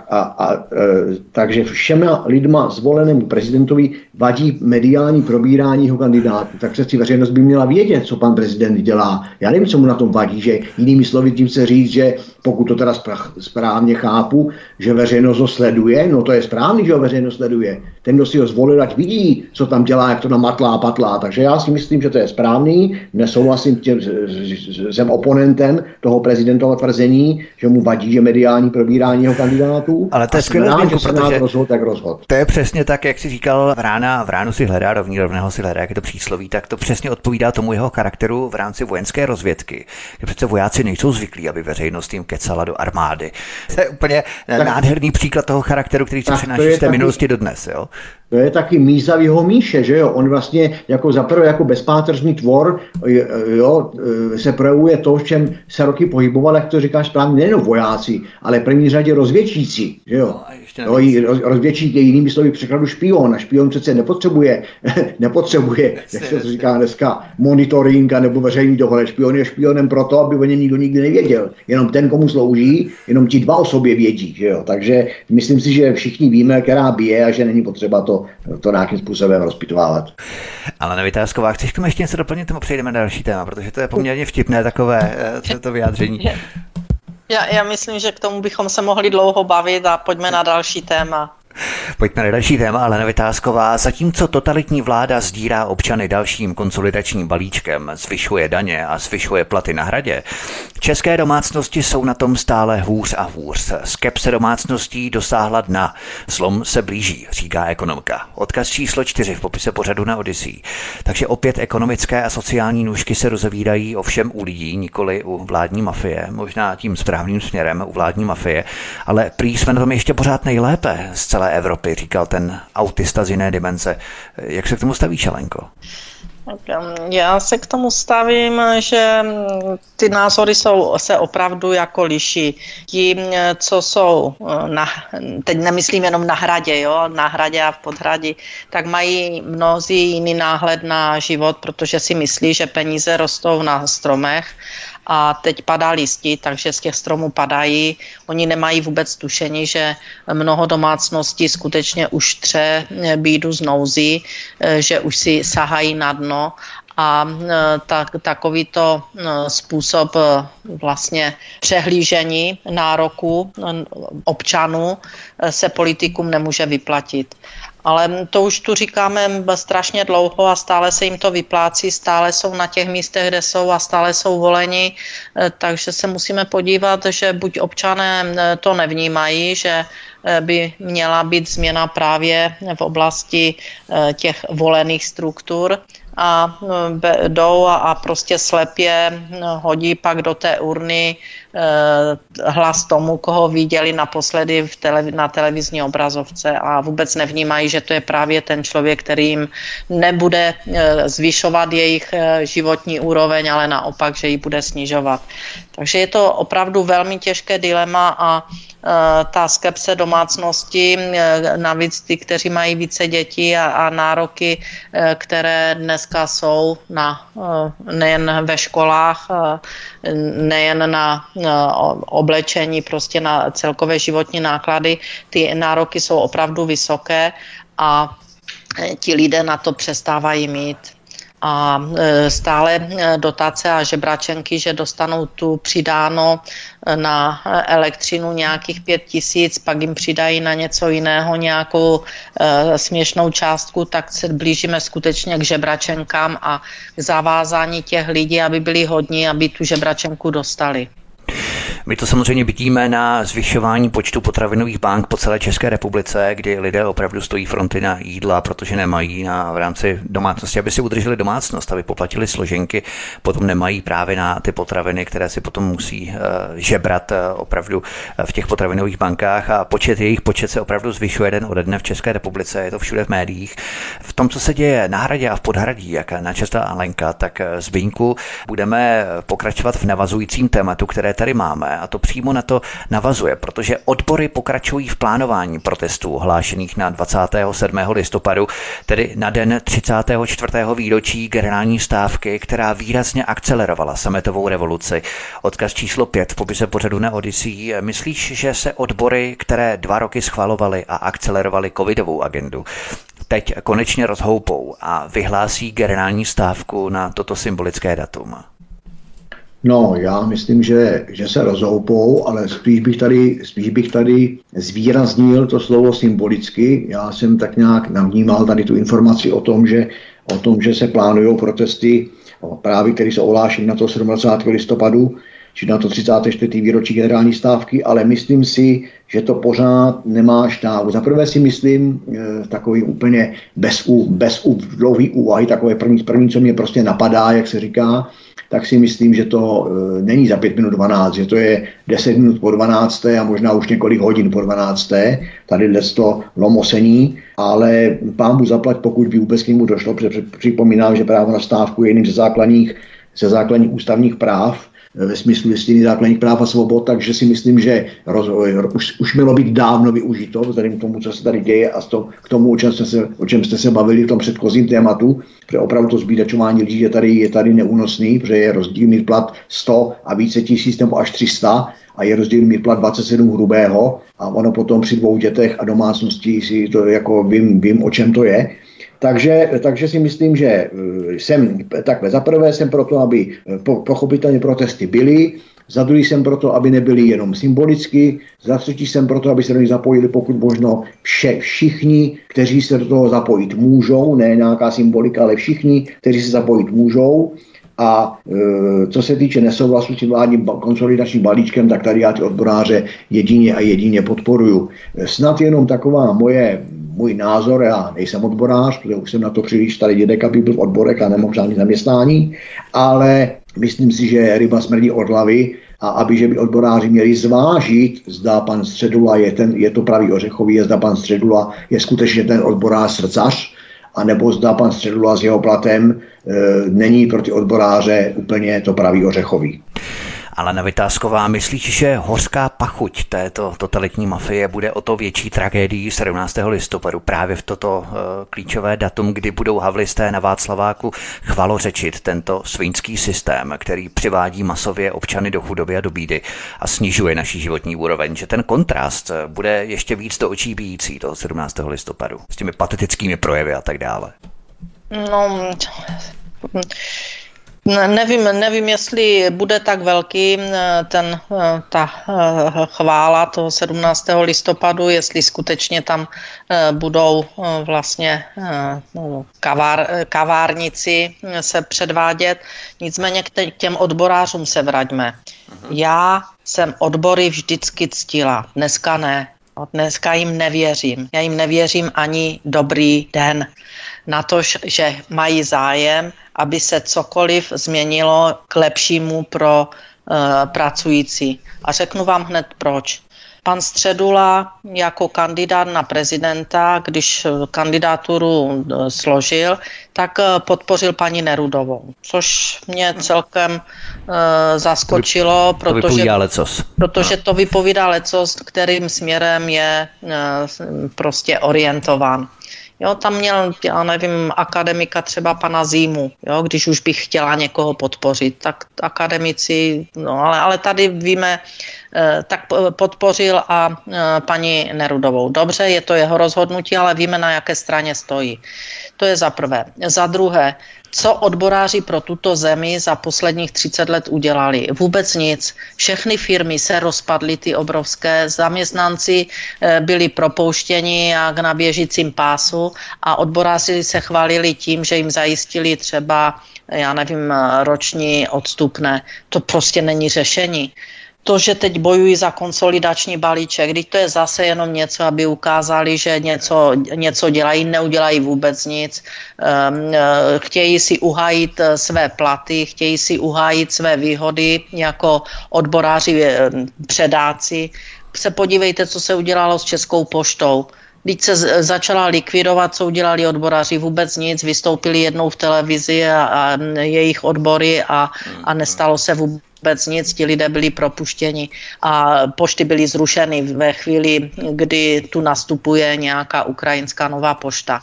takže všema lidma zvolenému prezidentovi vadí mediální probírání jeho kandidátů. Tak přeci veřejnost by měla vědět, co pan prezident dělá. Já nevím, co mu na tom vadí, že jinými slovy tím se říct, že pokud to teda správně chápu, že veřejnost ho sleduje, no to je správný, že ho veřejnost sleduje. Ten, kdo si ho zvolil, ať vidí, co tam dělá, jak to namatlá a patlá. Takže já si myslím, že to je správný. Nesouhlasím jsem oponentem toho prezidentova tvrzení, že mu vadí, že mediální probírání jeho kandidátů. Ale to je skvělé, protože rozhod. To je přesně tak, jak jsi říkal, v ránu si hledá rovného si hledá, jak je to přísloví, tak to přesně odpovídá tomu jeho charakteru v rámci vojenské rozvědky. Že přece vojáci nejsou zvyklí, aby veřejnost jim kecala do armády. To je úplně nádherný příklad toho charakteru, který se přenáší z té minulosti do dnes, jo. To je taky mízavýho míše, že jo? On vlastně zaprvé jako bezpáteřní tvor se projevuje to, v čem se roky pohyboval, jak to říkáš správně, nejen vojáci, ale v první řadě rozvědčíci, že jo? Rozvědčík je jinými slovy překladu špion a špion přece nepotřebuje, jak se to říká dneska, monitoring nebo veřejný dohled. Špion je špionem proto, aby o něm nikdo nikdy nevěděl. Jenom ten, komu slouží, jenom ti dva o sobě vědí, že jo? Takže myslím si, že všichni víme, která bije a že není potřeba to nějakým způsobem rozpitvávat. Ale Vytázková, chceš k tomu ještě něco doplnit, tomu přejdeme na další téma, protože to je poměrně vtipné takové to vyjádření. Já myslím, že k tomu bychom se mohli dlouho bavit a pojďme na další téma. Pojďme na další téma, Alena Vitásková. Zatímco totalitní vláda sdírá občany dalším konsolidačním balíčkem, zvyšuje daně a zvyšuje platy na hradě, české domácnosti jsou na tom stále hůř a hůř. Skepse domácností dosáhla dna. Zlom se blíží, říká ekonomka. Odkaz číslo 4 v popise pořadu na Odyssey. Takže opět ekonomické a sociální nůžky se rozevírají ovšem u lidí, nikoli u vládní mafie, možná tím správným směrem u vládní mafie, ale prý jsme na tom ještě pořád nejlépe z celé Evropy, říkal ten autista z jiné dimenze. Jak se k tomu stavíš, Alenko? Já se k tomu stavím, že ty názory se opravdu jako liší. Ti, co jsou, teď nemyslím jenom na hradě, jo, na hradě a v podhradí, tak mají mnozí jiný náhled na život, protože si myslí, že peníze rostou na stromech a teď padá listí, takže z těch stromů padají. Oni nemají vůbec tušení, že mnoho domácností skutečně už tře bídu z nouzy, že už si sahají na dno a takovýto způsob vlastně přehlížení nároků občanů se politikům nemůže vyplatit. Ale to už tu říkáme strašně dlouho a stále se jim to vyplácí, stále jsou na těch místech, kde jsou a stále jsou voleni, takže se musíme podívat, že buď občané to nevnímají, že by měla být změna právě v oblasti těch volených struktur, a jdou a prostě slepě hodí pak do té urny hlas tomu, koho viděli naposledy na televizní obrazovce a vůbec nevnímají, že to je právě ten člověk, který jim nebude zvyšovat jejich životní úroveň, ale naopak, že ji bude snižovat. Takže je to opravdu velmi těžké dilema a ta skepse domácnosti, navíc ty, kteří mají více dětí a nároky, které dneska jsou nejen ve školách, nejen na oblečení, prostě na celkové životní náklady, ty nároky jsou opravdu vysoké a ti lidé na to přestávají mít. A stále dotace a žebračenky, že dostanou tu přidáno na elektřinu nějakých 5 000, pak jim přidají na něco jiného nějakou směšnou částku, tak se blížíme skutečně k žebračenkám a k zavázání těch lidí, aby byli hodní, aby tu žebračenku dostali. My to samozřejmě vidíme na zvyšování počtu potravinových bank po celé České republice, kdy lidé opravdu stojí fronty na jídla, protože nemají v rámci domácnosti, aby si udrželi domácnost, aby poplatili složenky, potom nemají právě na ty potraviny, které si potom musí žebrat opravdu v těch potravinových bankách a jejich počet se opravdu zvyšuje den ode dne v České republice, je to všude v médiích. V tom, co se děje na hradě a v podhradí, jak načetla Alenka, tak Zbyňku budeme pokračovat v navazujícím tématu, které tady máme. A to přímo na to navazuje, protože odbory pokračují v plánování protestů ohlášených na 27. listopadu, tedy na den 34. výročí generální stávky, která výrazně akcelerovala sametovou revoluci. Odkaz číslo 5 v popise pořadu na Odyssey. Myslíš, že se odbory, které 2 roky schvalovaly a akcelerovaly covidovou agendu, teď konečně rozhoupou a vyhlásí generální stávku na toto symbolické datum? No, já myslím, že se rozhoupou, ale spíš bych tady zvýraznil to slovo symbolicky. Já jsem tak nějak navnímal tady tu informaci o tom, že se plánují protesty, právě které jsou ohlášeny na to 27. listopadu, či na to 34. výročí generální stávky, ale myslím si, že to pořád nemá štábu. Za prvé si myslím, takový úplně bez dlouhý úvahy, takové první, co mě prostě napadá, jak se říká, tak si myslím, že to není za 5 minut 12, že to je 10 minut po 12. a možná už několik hodin po 12. Tady to lomosení, ale pánbu zaplať, pokud by vůbec k němu došlo, připomínám, že právo na stávku je jedním ze základních ústavních práv, ve smyslu listiny základních práv a svobod, takže si myslím, že už mělo být dávno využito, vzhledem k tomu, co se tady děje a k tomu, o čem jste se bavili v tom předchozím tématu, protože opravdu to zbídačování lidí je tady neúnosný, protože je rozdíl mít plat 100 a více tisíc nebo až 300 a je rozdíl mít plat 27 hrubého a ono potom při 2 dětech a domácnosti si to jako vím, o čem to je. Takže si myslím, že jsem takhle. Za prvé jsem proto, aby pochopitelně protesty byly, za druhý jsem proto, aby nebyly jenom symbolicky, za třetí jsem proto, aby se do nich zapojili pokud možno všichni, kteří se do toho zapojit můžou, ne nějaká symbolika, ale všichni, kteří se zapojit můžou. A co se týče nesouhlasu s tím vládním konsolidačním balíčkem, tak tady já ty odboráře jedině podporuju. Snad jenom taková můj názor, já nejsem odborář, protože už jsem na to příliš starý dědek, aby byl v odborech a nemohl žádný zaměstnání, ale myslím si, že ryba smrdí od hlavy a že by odboráři měli zvážit, zda pan Středula je to pravý ořechový, zda pan Středula je skutečně ten odborář srdcař, a nebo zda pan Středula s jeho platem není pro ty odboráře úplně to pravý ořechový. Alena Vitásková, myslíš, že hořká pachuť této totalitní mafie bude o to větší tragédií 17. listopadu právě v toto klíčové datum, kdy budou havlisté na Václaváku chvalořečit tento svinský systém, který přivádí masově občany do chudoby a do bídy a snižuje naši životní úroveň, že ten kontrast bude ještě víc do očí bijící toho 17. listopadu s těmi patetickými projevy a tak dále? No, nevím, jestli bude tak velký ta chvála toho 17. listopadu, jestli skutečně tam budou vlastně kavárnici se předvádět. Nicméně k těm odborářům se vraťme. Já jsem odbory vždycky ctila, dneska ne. Dneska jim nevěřím. Já jim nevěřím ani dobrý den. Na to, že mají zájem, aby se cokoliv změnilo k lepšímu pro pracující. A řeknu vám hned proč. Pan Středula jako kandidát na prezidenta, když kandidaturu složil, tak podpořil paní Nerudovou, což mě celkem zaskočilo, protože to vypovídá lecos, kterým směrem je prostě orientován. Jo, tam měl, já nevím, akademika třeba pana Zímu, jo, když už bych chtěla někoho podpořit, tak akademici, no ale tady víme, tak podpořil a paní Nerudovou. Dobře, je to jeho rozhodnutí, ale víme, na jaké straně stojí. To je za prvé. Za druhé, co odboráři pro tuto zemi za posledních 30 let udělali? Vůbec nic. Všechny firmy se rozpadly, ty obrovské, zaměstnanci byli propouštěni jak na běžícím pásu a odboráři se chválili tím, že jim zajistili třeba, já nevím, roční odstupné. To prostě není řešení. To, že teď bojují za konsolidační balíček, když to je zase jenom něco, aby ukázali, že něco dělají, neudělají vůbec nic. Chtějí si uhájit své platy, chtějí si uhájit své výhody jako odboráři, předáci. Se podívejte, co se udělalo s Českou poštou. Když se začala likvidovat, co udělali odboráři, vůbec nic, vystoupili jednou v televizi a jejich odbory a nestalo se vůbec nic, ti lidé byli propuštěni a pošty byly zrušeny ve chvíli, kdy tu nastupuje nějaká ukrajinská nová pošta.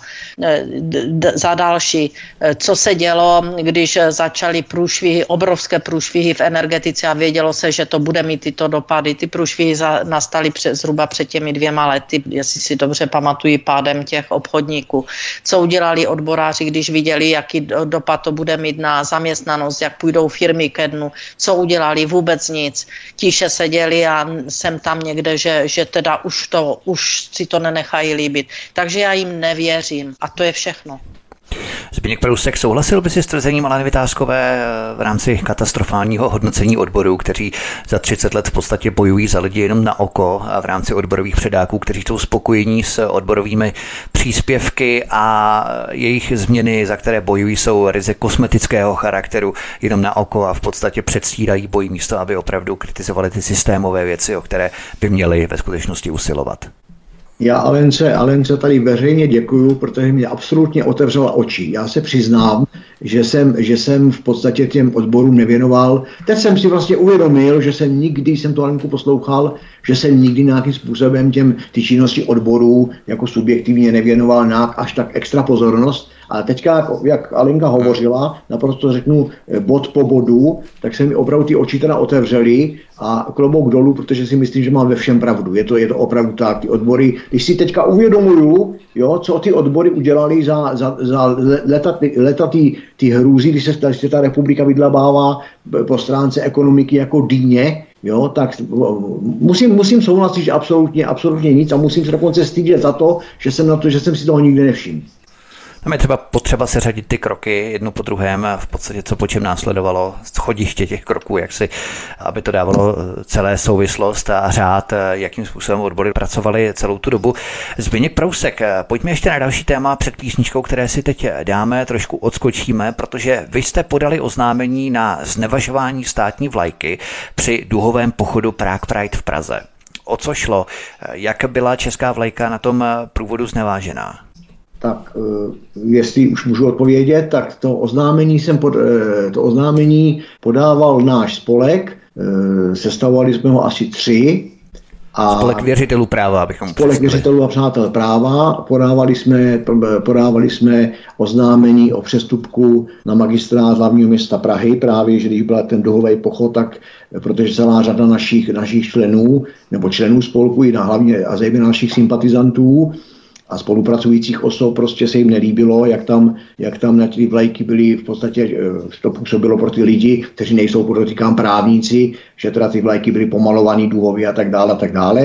Za další, co se dělo, když začaly průšvihy, obrovské průšvihy v energetice a vědělo se, že to bude mít tyto dopady. Ty průšvihy nastaly zhruba před těmi 2 lety, jestli si dobře pamatují, pádem těch obchodníků. Co udělali odboráři, když viděli, jaký dopad to bude mít na zaměstnanost, jak půjdou firmy ke dnu, co udělali? Vůbec nic. Tiše seděli a jsem tam někde, že teda už si to nenechají líbit. Takže já jim nevěřím a to je všechno. Zbyněk Prousek, souhlasil by si s tvrzením Aleny Vitáskové v rámci katastrofálního hodnocení odborů, kteří za 30 let v podstatě bojují za lidi jenom na oko a v rámci odborových předáků, kteří jsou spokojení s odborovými příspěvky a jejich změny, za které bojují, jsou ryze kosmetického charakteru, jenom na oko a v podstatě předstírají boj místo, aby opravdu kritizovali ty systémové věci, o které by měli ve skutečnosti usilovat? Já Alence tady veřejně děkuju, protože mě absolutně otevřela oči. Já se přiznám, že jsem v podstatě těm odborům nevěnoval. Teď jsem si vlastně uvědomil, že jsem nikdy jsem tu Alenku poslouchal, že jsem nikdy nějakým způsobem ty činnosti odborů jako subjektivně nevěnoval nějak až tak extra pozornost. Ale teďka, jak Alenka hovořila, naprosto řeknu bod po bodu, tak se mi opravdu ty oči teda otevřely a klobouk dolů, protože si myslím, že mám ve všem pravdu. Je to opravdu tak. Ty odbory, když si teďka uvědomuju, jo, co ty odbory udělali za leta ty hrůzy, když se ta republika vydlabává po stránce ekonomiky jako dýně, jo, tak musím souhlasit, že absolutně nic a musím se dokonce stydět za to, že jsem si toho nikdy nevšiml. Tam je třeba potřeba se řadit ty kroky jedno po druhém, v podstatě co po čem následovalo, schodiště těch kroků, aby to dávalo celé souvislost a řád, jakým způsobem odbory pracovali celou tu dobu. Zbyněk Prousek, pojďme ještě na další téma před písničkou, které si teď dáme, trošku odskočíme, protože vy jste podali oznámení na znevažování státní vlajky při duhovém pochodu Prague Pride v Praze. O co šlo? Jak byla česká vlajka na tom průvodu znevážená? Tak jestli už můžu odpovědět, tak to oznámení podával náš spolek, sestavovali jsme ho asi 3. Spolek věřitelů práva, abychom Spolek věřitelů a přátel práva. Podávali jsme oznámení o přestupku na magistrát hlavního města Prahy, právě, že když byl ten duhový pochod, tak protože celá řada našich členů, nebo členů spolku, i hlavně a zejména našich sympatizantů a spolupracujících osob, prostě se jim nelíbilo, jak tam na ty vlajky byly, v podstatě to působilo pro ty lidi, kteří nejsou, podotýkám, právníci, že teda ty vlajky byly pomalovaný duhově a tak dále.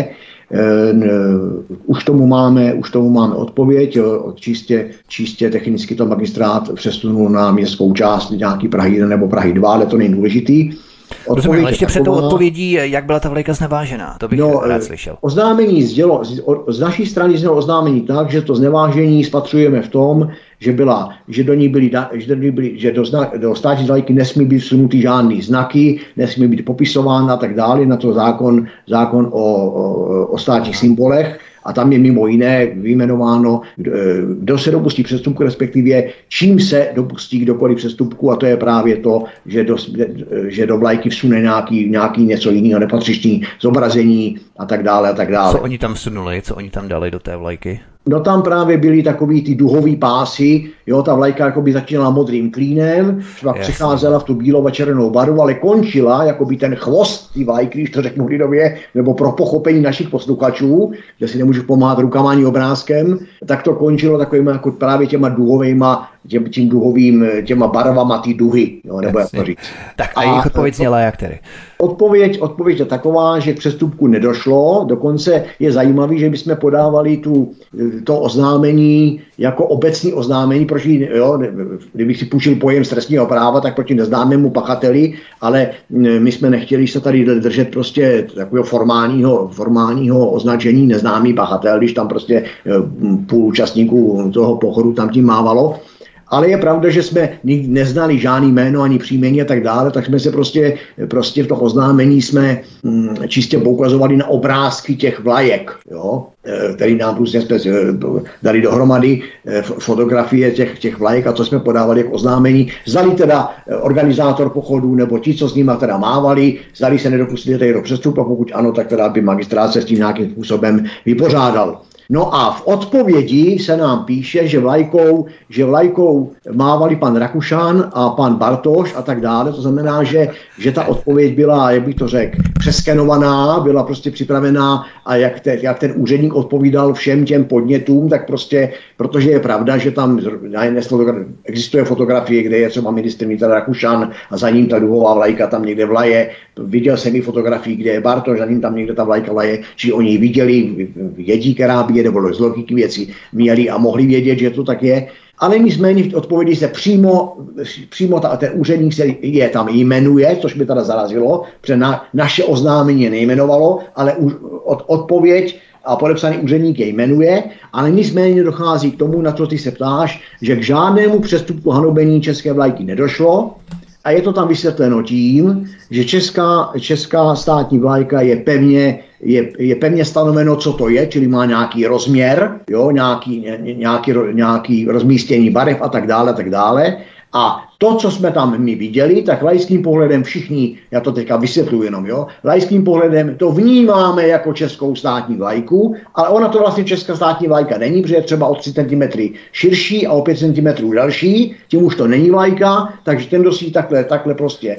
Už tomu máme odpověď, čistě technicky to magistrát přesunul na městskou část nějaký Prahy 1 nebo Prahy 2, ale to není důležitý. Rozumím, ale ještě před tou odpovědí, jak byla ta vlajka znevážená, to bych rád slyšel. Oznámení z naší strany znělo oznámení tak, že to znevážení spatřujeme v tom, že do státní vlajky nesmí být vsunuty žádný znaky, nesmí být popisována a tak dále, na to zákon o státních symbolech. A tam je mimo jiné vyjmenováno, kdo se dopustí přestupku, respektive čím se dopustí kdokoliv přestupku, a to je právě to, že do vlajky vsune nějaký něco jiného, nepatřičný zobrazení a tak dále. Co oni tam vsunuli, co oni tam dali do té vlajky? No tam právě byly takový ty duhový pásy, jo, ta vlajka jakoby začínala modrým klínem, pak přicházela v tu bílou a červenou barvu, ale končila jakoby ten chvost ty vlajky, když to řeknu lidově, nebo pro pochopení našich posluchačů, že si nemůžu pomáhat rukama ani obrázkem, tak to končilo takovými jako právě těma barvama ty duhy, jo, nebo jak to říct. Tak a jejich odpověď zněla jak tedy? Odpověď je taková, že k přestupku nedošlo, dokonce je zajímavý, že bychom podávali to oznámení jako obecní oznámení, kdybych si půjčil pojem z trestního práva, tak proti neznámému pachateli, ale my jsme nechtěli se tady držet prostě takového formálního označení neznámý pachatel, když tam prostě půl účastníků toho pochodu tam tím mávalo. Ale je pravda, že jsme neznali žádný jméno ani příjmení a tak dále, tak jsme se prostě v tom oznámení jsme čistě poukazovali na obrázky těch vlajek, jo, který nám prostě jsme dali dohromady fotografie těch vlajek a to jsme podávali jako oznámení. Zdali teda organizátor pochodu nebo ti, co s nima teda mávali, zdali se nedopustili tady do přestupu, a pokud ano, tak teda by magistrát se s tím nějakým způsobem vypořádal. No a v odpovědi se nám píše, že vlajkou mávali pan Rakušan a pan Bartoš a tak dále. To znamená, že ta odpověď byla, jak bych to řekl, přeskenovaná, byla prostě připravená a jak ten úředník odpovídal všem těm podnětům, tak prostě, protože je pravda, že tam existuje fotografie, kde je třeba ministr vnitra Rakušan a za ním ta duhová vlajka tam někde vlaje. Viděl jsem i fotografii, kde je Bartoš, za ním tam někde ta vlajka vlaje, či oni ji viděli, vědí, která nebo z logiky věcí měli a mohli vědět, že to tak je. Ale nicméně v odpovědi se přímo ten úředník se je tam jmenuje, což by teda zarazilo, protože naše oznámení je nejmenovalo, ale odpověď a podepsaný úředník je jmenuje, ale nicméně dochází k tomu, na co ty se ptáš, že k žádnému přestupku hanobení české vlajky nedošlo. A je to tam vysvětleno tím, že česká státní vlajka je pevně stanoveno, co to je, čili má nějaký rozměr, jo, nějaký rozmístění barev a tak dále. A to, co jsme tam my viděli, tak laickým pohledem všichni, já to teďka vysvětluji jenom, laickým pohledem to vnímáme jako českou státní vlajku, ale ona to vlastně česká státní vlajka není, protože je třeba o 3 cm širší a o 5 cm delší, tím už to není vlajka, takže ten, kdo si takhle prostě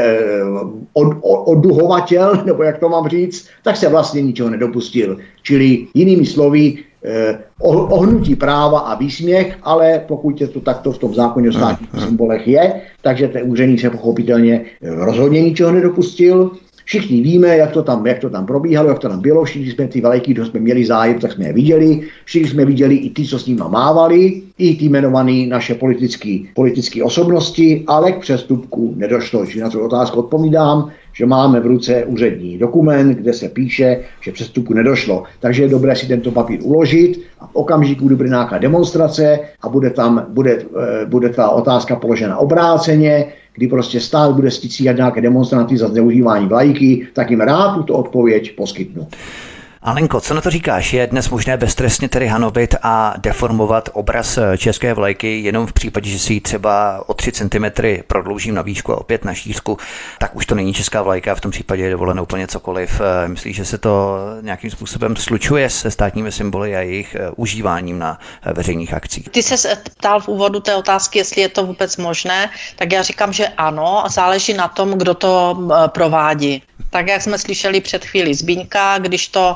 odduhovatel, nebo jak to mám říct, tak se vlastně ničeho nedopustil. Čili jinými slovy, ohnutí práva a výsměch, ale pokud je to takto v tom zákoně o státních symbolech je, takže ten úředník se pochopitelně rozhodně ničeho nedopustil. Všichni víme, jak to tam probíhalo, jak to tam bylo, všichni jsme ty vlajky, kdo jsme měli zájem, tak jsme je viděli, všichni jsme viděli i ty, co s nima mávali, i ty jmenované naše politické osobnosti, ale k přestupku nedošlo. Čili na tu otázku odpovídám, že máme v ruce úřední dokument, kde se píše, že přestupku nedošlo. Takže je dobré si tento papír uložit a v okamžiku, kdy bude nějaká demonstrace a bude ta otázka položena obráceně, kdy prostě stát bude stíhat nějaké demonstranty za zneužívání vlajky, tak jim rád tuto odpověď poskytnu. Alenko, co na to říkáš? Je dnes možné beztrestně tedy hanobit a deformovat obraz české vlajky jenom v případě, že si ji třeba o 3 cm prodloužím na výšku a opět na šířku, tak už to není česká vlajka, v tom případě je dovoleno úplně cokoliv. Myslíš, že se to nějakým způsobem slučuje se státními symboly a jejich užíváním na veřejných akcích? Ty se ptal v úvodu té otázky, jestli je to vůbec možné, tak já říkám, že ano, a záleží na tom, kdo to provádí. Tak jak jsme slyšeli před chvíli Zbyňka, když to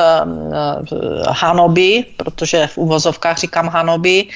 hanobí, protože v uvozovkách říkám hanobí,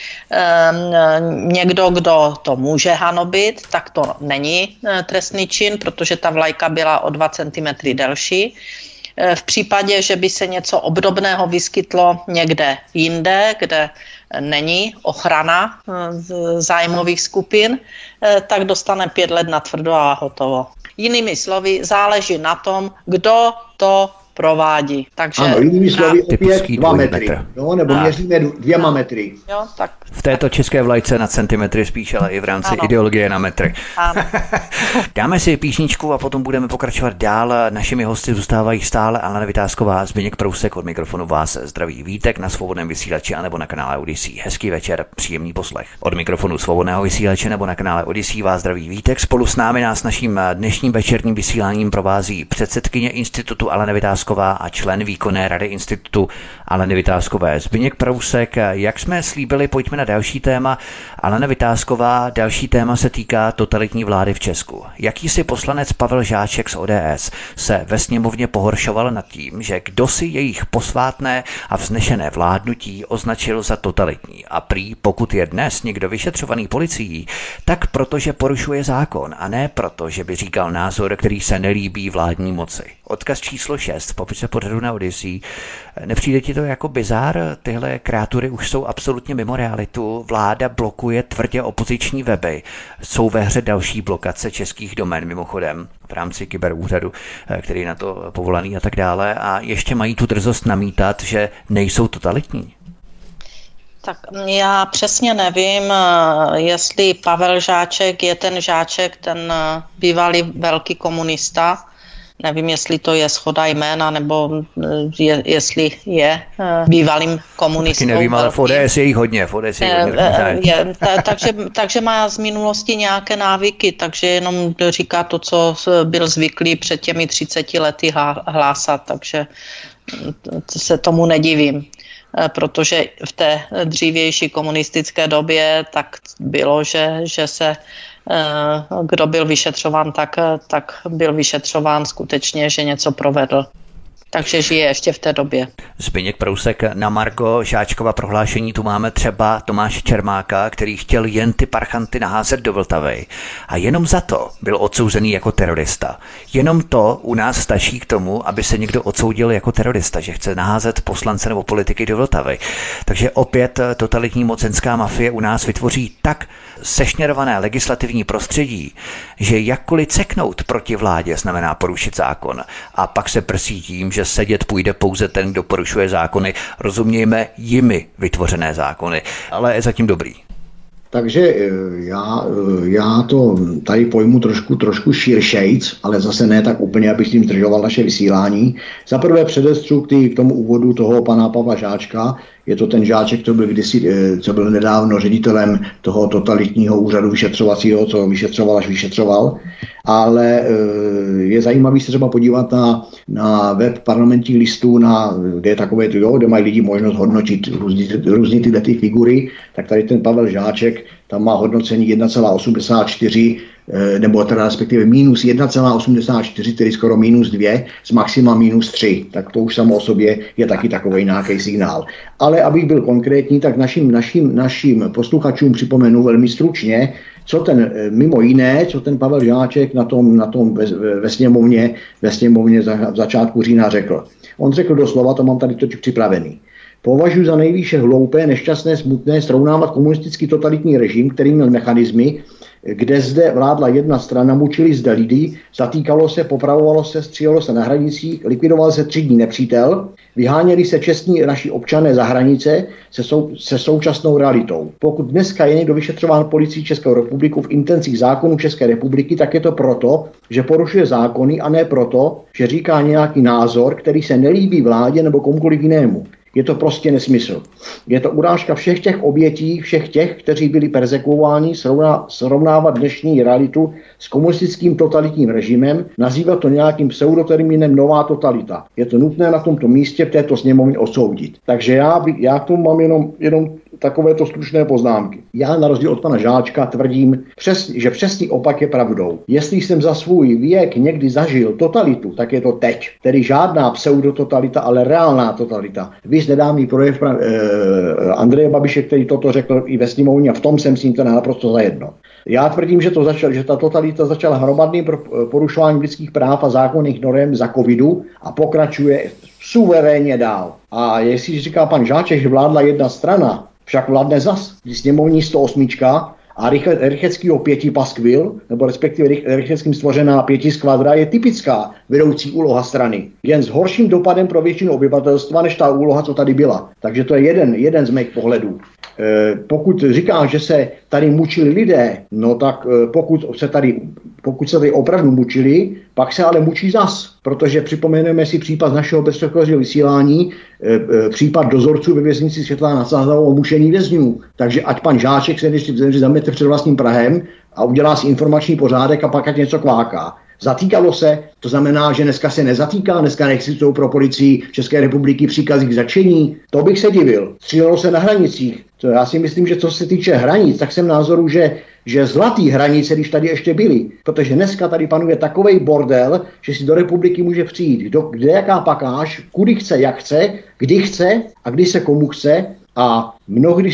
někdo, kdo to může hanobit, tak to není trestný čin, protože ta vlajka byla o 2 cm delší. V případě, že by se něco obdobného vyskytlo někde jinde, kde není ochrana zájmových skupin, tak dostane 5 let na tvrdo a hotovo. Jinými slovy, záleží na tom, kdo to provádí. Takže ano, jinými slovy opět 2 metry. Jo, nebo měříme 2 metry. Jo, tak. V této české vlajce na centimetry spíš, ale i v rámci ideologie na metry. Dáme si píšničku a potom budeme pokračovat dál. Našimi hosty zůstávají stále Alena Vytázková, Zbyněk Prousek. Od mikrofonu vás zdraví Vítek na Svobodném vysílači anebo na kanále Odyssey. Hezký večer, příjemný poslech. Od mikrofonu Svobodného vysílače nebo na kanále Odyssey vás zdraví Vítek. Spolu s námi nás naším dnešním večerním vysíláním provází předsedkyně institutu Alena Vytázková a člen výkonné rady institutu Aleny Vytázkové Zbyněk Prousek. Jak jsme slíbili, pojďme na další téma. Alena Vytázková, další téma se týká totalitní vlády v Česku. Jakýsi poslanec Pavel Žáček z ODS se ve sněmovně pohoršoval nad tím, že kdo si jejich posvátné a vznešené vládnutí označil za totalitní. A prý, pokud je dnes někdo vyšetřovaný policií, tak protože porušuje zákon a ne proto, že by říkal názor, který se nelíbí vládní moci. Odkaz číslo 6 v popise pořadu na Odyssey. Nepřijde ti to jako bizár? Tyhle kreatury už jsou absolutně mimo realitu. Vláda blokuje tvrdě opoziční weby. Jsou ve hře další blokace českých domén mimochodem v rámci kyberúřadu, který je na to povolaný a tak dále. A ještě mají tu drzost namítat, že nejsou totalitní. Tak já přesně nevím, jestli Pavel Žáček je ten Žáček, ten bývalý velký komunista. Nevím, jestli to je shoda jména, nebo jestli je bývalým komunistou. Taky nevím, ale v ODS je jich hodně. Takže má z minulosti nějaké návyky, takže jenom říká to, co byl zvyklý před těmi 30 lety hlásat, takže se tomu nedivím. Protože v té dřívější komunistické době tak bylo, že se kdo byl vyšetřován, tak byl vyšetřován skutečně, že něco provedl. Takže žije ještě v té době. Zbyněk Prousek, na margo Žáčkova prohlášení tu máme třeba Tomáše Čermáka, který chtěl jen ty parchanty naházet do Vltavy a jenom za to byl odsouzený jako terorista. Jenom to u nás stačí k tomu, aby se někdo odsoudil jako terorista, že chce naházet poslance nebo politiky do Vltavy. Takže opět totalitní mocenská mafie u nás vytvoří tak sešněrované legislativní prostředí, že jakkoliv ceknout proti vládě znamená porušit zákon a pak se prsí tím, že sedět půjde pouze ten, kdo porušuje zákony, rozumějme jimi vytvořené zákony, ale je zatím dobrý. Takže já to tady pojmu trošku širšejc, ale zase ne tak úplně, abych s tím zdržoval naše vysílání. Za prvé předestřu k tomu úvodu toho pana Pavla Žáčka. Je to ten Žáček, co byl nedávno ředitelem toho totalitního úřadu vyšetřovacího, co vyšetřoval až vyšetřoval. Ale je zajímavý se třeba podívat na web parlamentních listů, kde je takové, kde mají lidi možnost hodnotit různý tyhle ty figury. Tak tady ten Pavel Žáček, tam má hodnocení 1,84, nebo teda respektive minus 1,84, tedy skoro minus 2, z maxima minus 3. Tak to už samo o sobě je taky takový nějaký signál. Ale abych byl konkrétní, tak našim posluchačům připomenu velmi stručně, co ten Pavel Žáček na tom ve sněmovně v začátku října řekl. On řekl doslova, to mám tady totiž připravený. Považuji za nejvýše hloupé, nešťastné, smutné srovnávat komunistický totalitní režim, který měl mechanismy, kde zde vládla jedna strana, mučili zde lidi, zatýkalo se, popravovalo se, střílelo se na hranicích, likvidoval se třídní nepřítel, vyháněli se čestní naši občané za hranice se současnou realitou. Pokud dneska je někdo vyšetřován policií České republiky v intencích zákonů České republiky, tak je to proto, že porušuje zákony a ne proto, že říká nějaký názor, který se nelíbí vládě nebo komukoliv jinému. Je to prostě nesmysl. Je to urážka všech těch obětí, všech těch, kteří byli perzekuováni, srovnávat dnešní realitu s komunistickým totalitním režimem, nazývat to nějakým pseudotermínem nová totalita. Je to nutné na tomto místě v této sněmovně odsoudit. Takže já k tomu mám jenom takovéto stručné poznámky. Já na rozdíl od pana Žáčka tvrdím, že přesný opak je pravdou. Jestli jsem za svůj věk někdy zažil totalitu, tak je to teď. Tedy žádná pseudototalita, ale reálná totalita. Víš nedávný projev Andreje Babiše, který toto řekl i ve sněmovně, a v tom jsem s ním teda naprosto zajedno. Já tvrdím, že ta totalita začala hromadným porušováním lidských práv a zákonných norem za covidu a pokračuje suverénně dál. A jestli říká pan Žáček, že vládla jedna strana, však vládne zas, když sněmovní 108 a Rycheckýho 5 paskvil, nebo respektive Rycheckým stvořená 5 skvadra je typická vedoucí úloha strany. Jen s horším dopadem pro většinu obyvatelstva, než ta úloha, co tady byla. Takže to je jeden z mých pohledů. Pokud říkám, že se tady mučili lidé, no tak pokud se tady opravdu mučili, pak se ale mučí zas, protože připomeneme si případ našeho bezpředchozího vysílání, případ dozorců ve věznici Světlá nad Sázavou o mučení vězňů. Takže ať pan Žáček se zamete před vlastním prahem a udělá si informační pořádek a pak ať něco kváká. Zatýkalo se, to znamená, že dneska se nezatýká, dneska neexistují pro policii České republiky příkazy k zatčení. To bych se divil. Střílelo se na hranicích. To já si myslím, že co se týče hranic, tak jsem názoru, že zlatý hranice, když tady ještě byly, protože dneska tady panuje takovej bordel, že si do republiky může přijít kde jaká pakáž, kudy chce, jak chce, kdy chce a kdy se komu chce. A mnohdy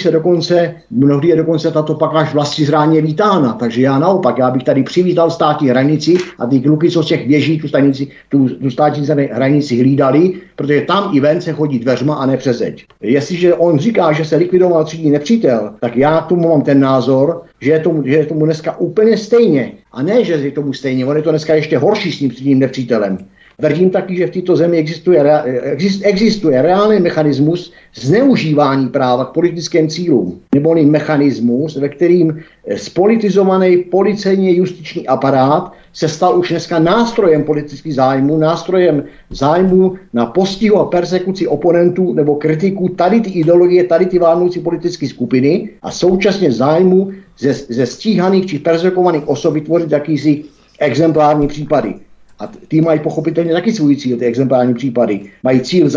je dokonce tato pakáž vlastizrádně vítána. Takže já naopak, já bych tady přivítal státní hranici a ty kluky, co z těch věží tu státní hranici hlídali, protože tam i ven se chodí dveřma a ne přes zeď. Jestliže on říká, že se likvidoval třídní nepřítel, tak já k tomu mám ten názor, že je tomu dneska úplně stejně. A ne, že je tomu stejně, on je to dneska ještě horší s tím třídním nepřítelem. Tvrdím taky, že v této zemi existuje reálný mechanismus zneužívání práva k politickým cílům, neboli mechanismus, ve kterým spolitizovaný policejně justiční aparát se stal už dneska nástrojem politických zájmů, nástrojem zájmu na postihu a persekuci oponentů nebo kritiků tady ty ideologie, tady ty vládnoucí politické skupiny a současně zájmu ze stíhaných či persekovaných osob vytvořit jakýsi exemplární případy. A ty mají pochopitelně taky svůj cíl, ty exemplární případy. Mají cíl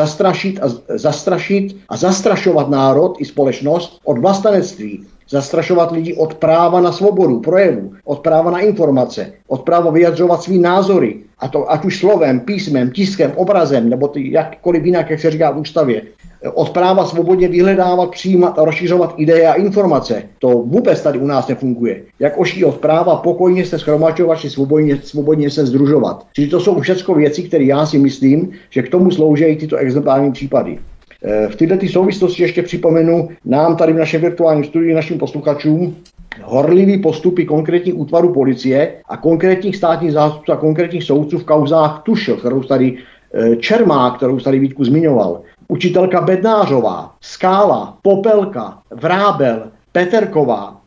zastrašit a zastrašovat národ i společnost od vlastenectví. Zastrašovat lidi od práva na svobodu projevu, od práva na informace, od práva vyjadřovat svý názory. A to ať už slovem, písmem, tiskem, obrazem, nebo jakkoliv jinak, jak se říká v ústavě. Od práva svobodně vyhledávat, přijímat a rozšiřovat ideje a informace. To vůbec tady u nás nefunguje. Jak oší od práva pokojně se shromažďovat či svobodně se sdružovat. Čili to jsou všechno věci, které já si myslím, že k tomu slouží tyto exemplární případy. V této souvislosti ještě připomenu nám tady v našem virtuálním studiu našim posluchačům horlivý postupy konkrétních útvarů policie a konkrétních státních zástupců a konkrétních soudců v kauzách Tušil, kterou tady Čermák, kterou tady Vítku zmiňoval, učitelka Bednářová, Skála, Popelka, Vrábel, Peterková,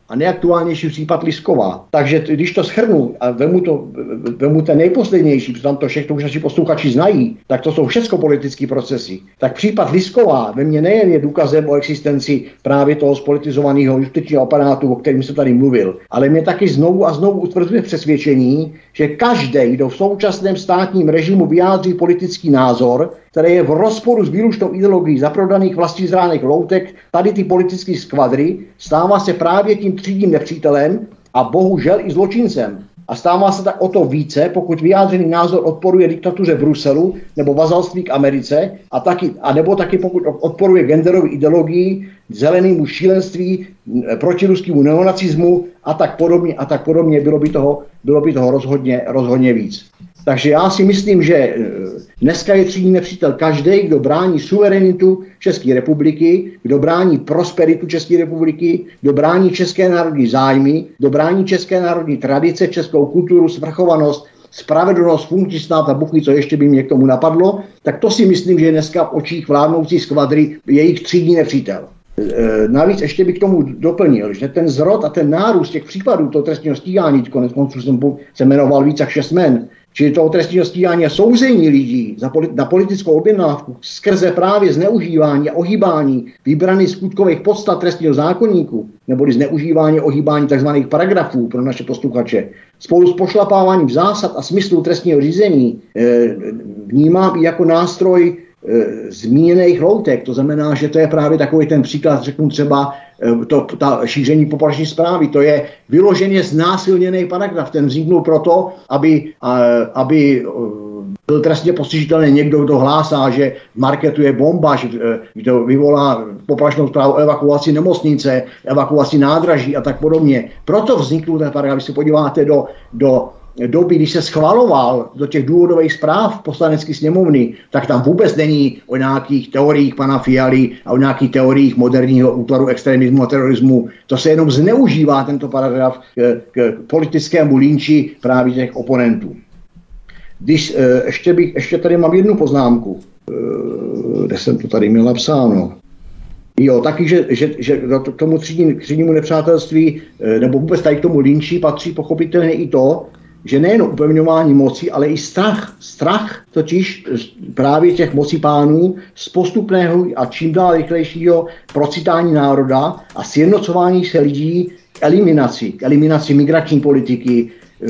a nejaktuálnější případ Lisková. Takže když to shrnu a vemu ten nejposlednější, protože tam to všechno už naši posluchači znají, tak to jsou všechno politické procesy. Tak případ Lisková ve mně nejen je důkazem o existenci právě toho spolitizovaného justičního aparátu, o kterém jsem tady mluvil, ale mě taky znovu a znovu utvrzuje přesvědčení, že každý, kdo v současném státním režimu vyjádří politický názor, který je v rozporu s výlučnou ideologií zaprodaných vlastizránek loutek, tady ty politické skvadry, stává se právě tím třídním nepřítelem a bohužel i zločincem. A stává se tak o to více, pokud vyjádřený názor odporuje diktatuře Bruselu nebo vazalství k Americe, nebo taky pokud odporuje genderové ideologii, zelenému šílenství, protiruskému neonacismu a tak podobně, bylo by toho rozhodně víc. Takže já si myslím, že dneska je třídní nepřítel každý, kdo brání suverenitu České republiky, kdo brání prosperitu České republiky, kdo brání české národní zájmy, kdo brání české národní tradice, českou kulturu, svrchovanost, spravedlnost, funkční stát a buchví, co ještě by mě k tomu napadlo, tak to si myslím, že je dneska v očích vládnoucí skvadry jejich třídní nepřítel. Navíc ještě bych k tomu doplnil, že ten zrod a ten nárůst těch případů toho trestního stíhání, konec konců jsem jmenoval víc jak 6 jmen, čili toho trestního stíhání a souzení lidí na politickou objednávku skrze právě zneužívání a ohýbání vybraných skutkových podstat trestního zákoníku, neboli zneužívání a ohýbání tzv. Paragrafů pro naše posluchače, spolu s pošlapáváním zásad a smyslu trestního řízení vnímám i jako nástroj zmíněných loutek. To znamená, že to je právě takový ten příklad, řeknu třeba ta šíření poplašní zprávy. To je vyloženě znásilněný paragraf. Ten vzniknul proto, aby byl trestně postižitelný někdo, kdo hlásá, že marketuje bomba, že kdo vyvolá poplašnou zprávu o evakuaci nemocnice, evakuaci nádraží a tak podobně. Proto vznikl ten paragraf. Když se podíváte do doby, když se schvaloval do těch důvodových zpráv poslanecké sněmovny, tak tam vůbec není o nějakých teoriích pana Fialy a o nějakých teoriích moderního útvaru extremismu a terorismu. To se jenom zneužívá tento paragraf k politickému lynči právě těch oponentů. Ještě tady mám jednu poznámku, kde jsem to tady měl napsáno. Jo, taky, že k tomu třídnímu nepřátelství, nebo vůbec tady k tomu lynči patří pochopitelně i to, že nejen upevňování moci, ale i strach. Strach totiž právě těch mocipánů z postupného a čím dál rychlejšího procitání národa a sjednocování se lidí k eliminaci migrační politiky,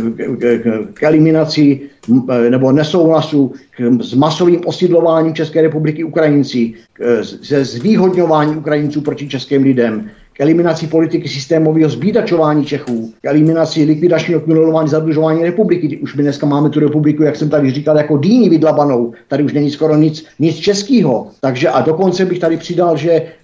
k eliminaci nebo nesouhlasu s masovým osidlováním České republiky Ukrajinci, se zvýhodňování Ukrajinců proti českým lidem, k eliminaci politiky systémového zbídačování Čechů, k eliminaci likvidačního tunelování zadlužování republiky. Už my dneska máme tu republiku, jak jsem tady říkal, jako dýni vydlabanou. Tady už není skoro nic českého. Takže a dokonce bych tady přidal,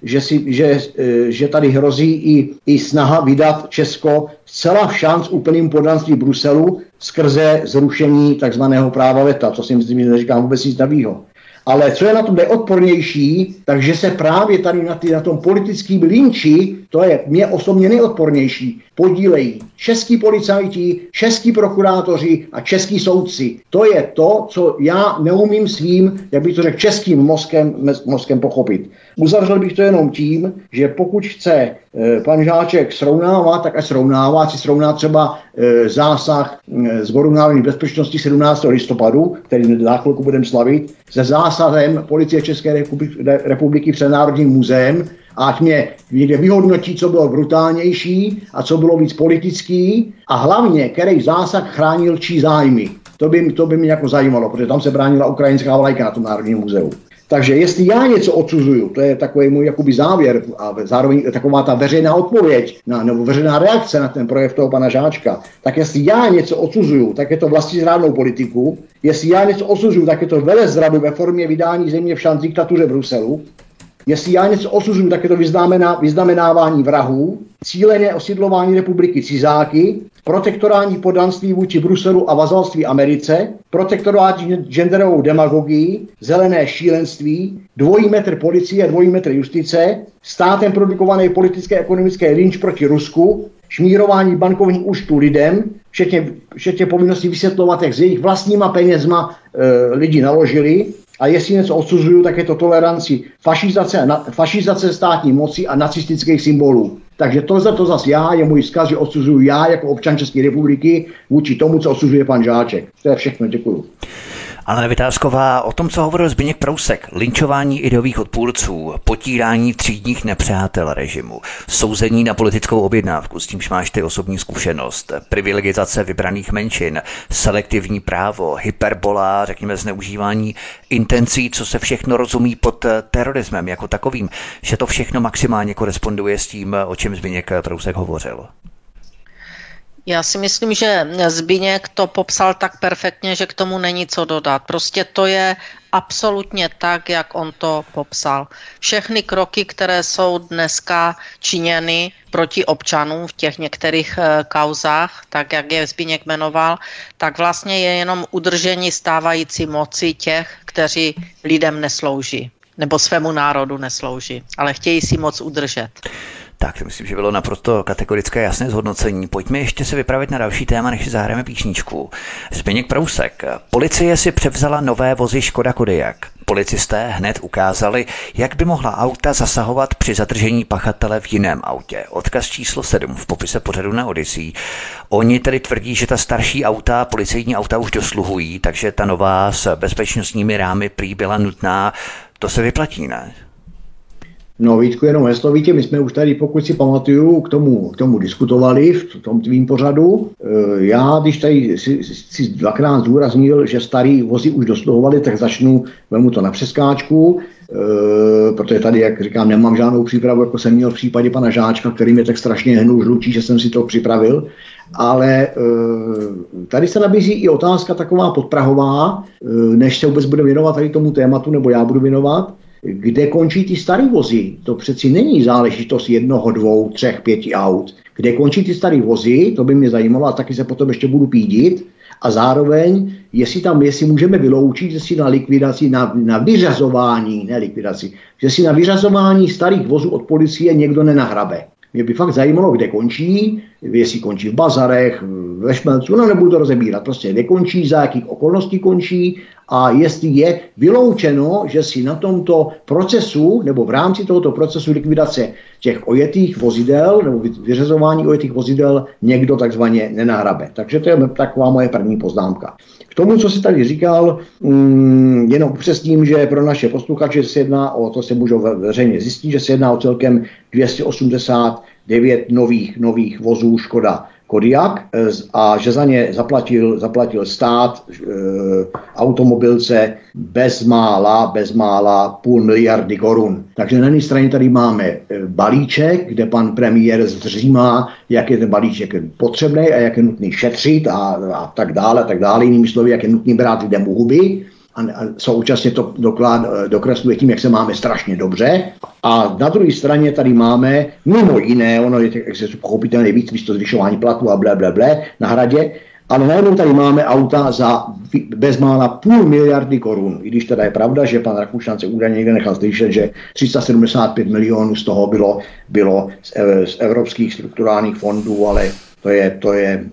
že tady hrozí i snaha vydat Česko zcela v šanc úplným poddanství Bruselu skrze zrušení takzvaného práva veta, co si myslím, že neříkám vůbec nic nového. Ale co je na tom nejodpornější, takže se právě tady na tom politickém lynči, to je mě osobně nejodpornější, podílejí český policajti, český prokurátoři a český soudci. To je to, co já neumím svým, jak bych to řekl, českým mozkem pochopit. Uzavřel bych to jenom tím, že pokud chce pan Žáček srovnávat, tak ať srovná třeba zásah Sboru národní bezpečnosti 17. listopadu, který za chvilku budeme slavit, se zásahem policie České republiky před Národním muzeem, ať mě někde vyhodnotí, co bylo brutálnější a co bylo víc politický a hlavně, který zásah chránil čí zájmy. To by mě jako zajímalo, protože tam se bránila ukrajinská vlajka na tom Národním muzeu. Takže jestli já něco odsuzuju, to je takový můj jakoby závěr a zároveň taková ta veřejná odpověď nebo veřejná reakce na ten projev toho pana Žáčka, tak jestli já něco odsuzuju, tak je to vlastizrádnou politiku, jestli já něco odsuzuju, tak je to velezradu ve formě vydání země v šanc diktatuře Bruselu, jestli já něco odsuzuju, tak je to vyznamenávání vrahů, cílené osidlování republiky cizáky, protektorální poddanství vůči Bruselu a vazalství Americe, protektorální genderovou demagogii, zelené šílenství, dvojí metr policie a dvojí metr justice, státem produkované politické a ekonomické lynč proti Rusku, šmírování bankovních účtů lidem, včetně povinnosti vysvětlovat, jak s jejich vlastníma penězma lidi naložili, A jestli něco odsuzuju, tak je to toleranci fašizace státní moci a nacistických symbolů. Takže to zase je můj vzkaz, že odsuzuju já jako občan České republiky vůči tomu, co odsuzuje pan Žáček. To je všechno, děkuju. Alena Vitásková, o tom, co hovoril Zbyněk Prousek, linčování ideových odpůrců, potírání třídních nepřátel režimu, souzení na politickou objednávku, s tímž máš ty osobní zkušenost, privilegizace vybraných menšin, selektivní právo, hyperbola, řekněme zneužívání intencí, co se všechno rozumí pod terorismem jako takovým, že to všechno maximálně koresponduje s tím, o čem Zbyněk Prousek hovořil. Já si myslím, že Zbyněk to popsal tak perfektně, že k tomu není co dodat. Prostě to je absolutně tak, jak on to popsal. Všechny kroky, které jsou dneska činěny proti občanům v těch některých kauzách, tak jak je Zbyněk jmenoval, tak vlastně je jenom udržení stávající moci těch, kteří lidem neslouží, nebo svému národu neslouží, ale chtějí si moc udržet. Tak to myslím, že bylo naprosto kategorické jasné zhodnocení. Pojďme ještě se vypravit na další téma, než si zahrajeme písničku. Zbyněk Prousek. Policie si převzala nové vozy Škoda Kodiaq. Policisté hned ukázali, jak by mohla auta zasahovat při zadržení pachatele v jiném autě. Odkaz číslo 7 v popise pořadu na Odyssey. Oni tedy tvrdí, že ta starší auta, policejní auta už dosluhují, takže ta nová s bezpečnostními rámy prý byla nutná. To se vyplatí, ne? No Vítku, jenom heslovitě, my jsme už tady, pokud si pamatuju, k tomu diskutovali v tom tvým pořadu. Já, když tady si dvakrát zdůraznil, že starý vozy už dosluhovaly, tak vemu to na přeskáčku, protože tady, jak říkám, nemám žádnou přípravu, jako jsem měl v případě pana Žáčka, který mě tak strašně hnul žlučí, že jsem si to připravil. Ale tady se nabízí i otázka taková podprahová, než se vůbec bude věnovat tady tomu tématu, nebo já budu věnovat. Kde končí ty starý vozy? To přeci není záležitost 1, 2, 3, 5 aut. Kde končí ty starý vozy? To by mě zajímalo a taky se potom ještě budu pídit. A zároveň, jestli můžeme vyloučit, že si na likvidaci, na vyřazování, ne likvidaci, že si na vyřazování starých vozů od policie někdo nenahrabe. Mě by fakt zajímalo, kde končí, jestli končí v bazarech, ve Šmelcu, no nebudu to rozebírat, prostě kde končí, za jakých okolností končí a jestli je vyloučeno, že si na tomto procesu, nebo v rámci tohoto procesu likvidace těch ojetých vozidel, nebo vyřazování ojetých vozidel někdo takzvaně nenahrabe. Takže to je taková moje první poznámka. K tomu, co jsi tady říkal, jenom upřesním, že pro naše posluchače se jedná o, to se můžou veřejně zjistit, že se jedná o celkem 289 nových vozů Škoda Kodiaq a že za ně zaplatil stát automobilce bezmála 0,5 miliardy korun. Takže na jedné straně tady máme balíček, kde pan premiér zdřímá, jak je ten balíček potřebný a jak je nutný šetřit a tak dále. Jinými slovy, jak je nutný brát lidem u huby. A současně to dokresluje tím, jak se máme strašně dobře. A na druhé straně tady máme, mimo jiné, ono je pochopitelně víc místo zvyšování platu a blablabla na Hradě, ale najednou tady máme auta za bezmála 0,5 miliardy korun. I když teda je pravda, že pan Rakušan se údajně někde nechal slyšet, že 375 milionů z toho bylo z evropských strukturálních fondů, ale to je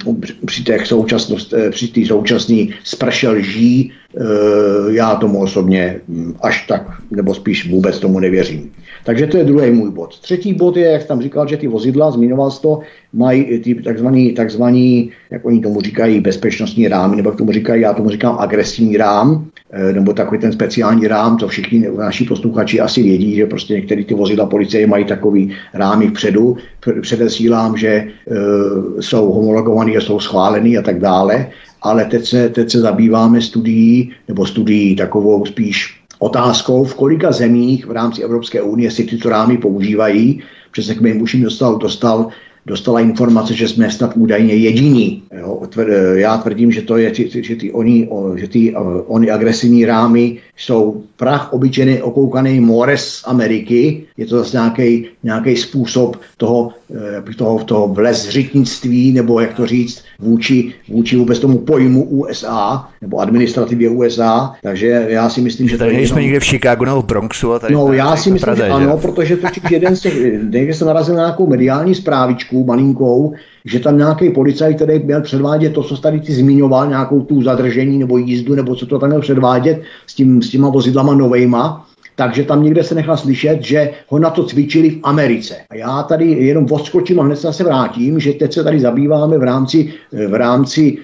při té současné sprše lží, já tomu osobně až tak, nebo spíš vůbec tomu nevěřím. Takže to je druhý můj bod. Třetí bod je, jak tam říkal, že ty vozidla, zmiňoval jsi to, mají ty takzvaný, jak oni tomu říkají, bezpečnostní rámy, nebo jak tomu říkají, já tomu říkám agresivní rám, nebo takový ten speciální rám, to všichni naši posluchači asi vědí, že prostě některé ty vozidla policie mají takový rámy vpředu. Předesílám, že jsou homologovaný a jsou schválený a tak dále, ale teď se zabýváme studií takovou spíš otázkou, v kolika zemích v rámci Evropské unie si tyto rámy používají. Přesně k mým uším dostala informace, že jsme snad údajně jediní. Já tvrdím, že to je, že ty oni agresivní rámy jsou prach obyčejný okoukaný mores z Ameriky. Je to zase nějaký způsob toho vlezřitnictví, nebo jak to říct, vůči vůbec tomu pojmu USA, nebo administrativě USA. Takže já si myslím, že tady nejsme někde v Chicagu nebo v Bronxu. A tady já si myslím, že ano, protože totiž jeden z těch, někde jsem narazil na nějakou mediální zprávičku, složku malinkou, že tam nějaký policajt, který měl předvádět to, co tady ty zmiňoval, nějakou tu zadržení nebo jízdu, nebo co to tam měl předvádět s těma vozidlama novejma, takže tam někde se nechal slyšet, že ho na to cvičili v Americe. A já tady jenom odskočím a hned se vrátím, že teď se tady zabýváme v rámci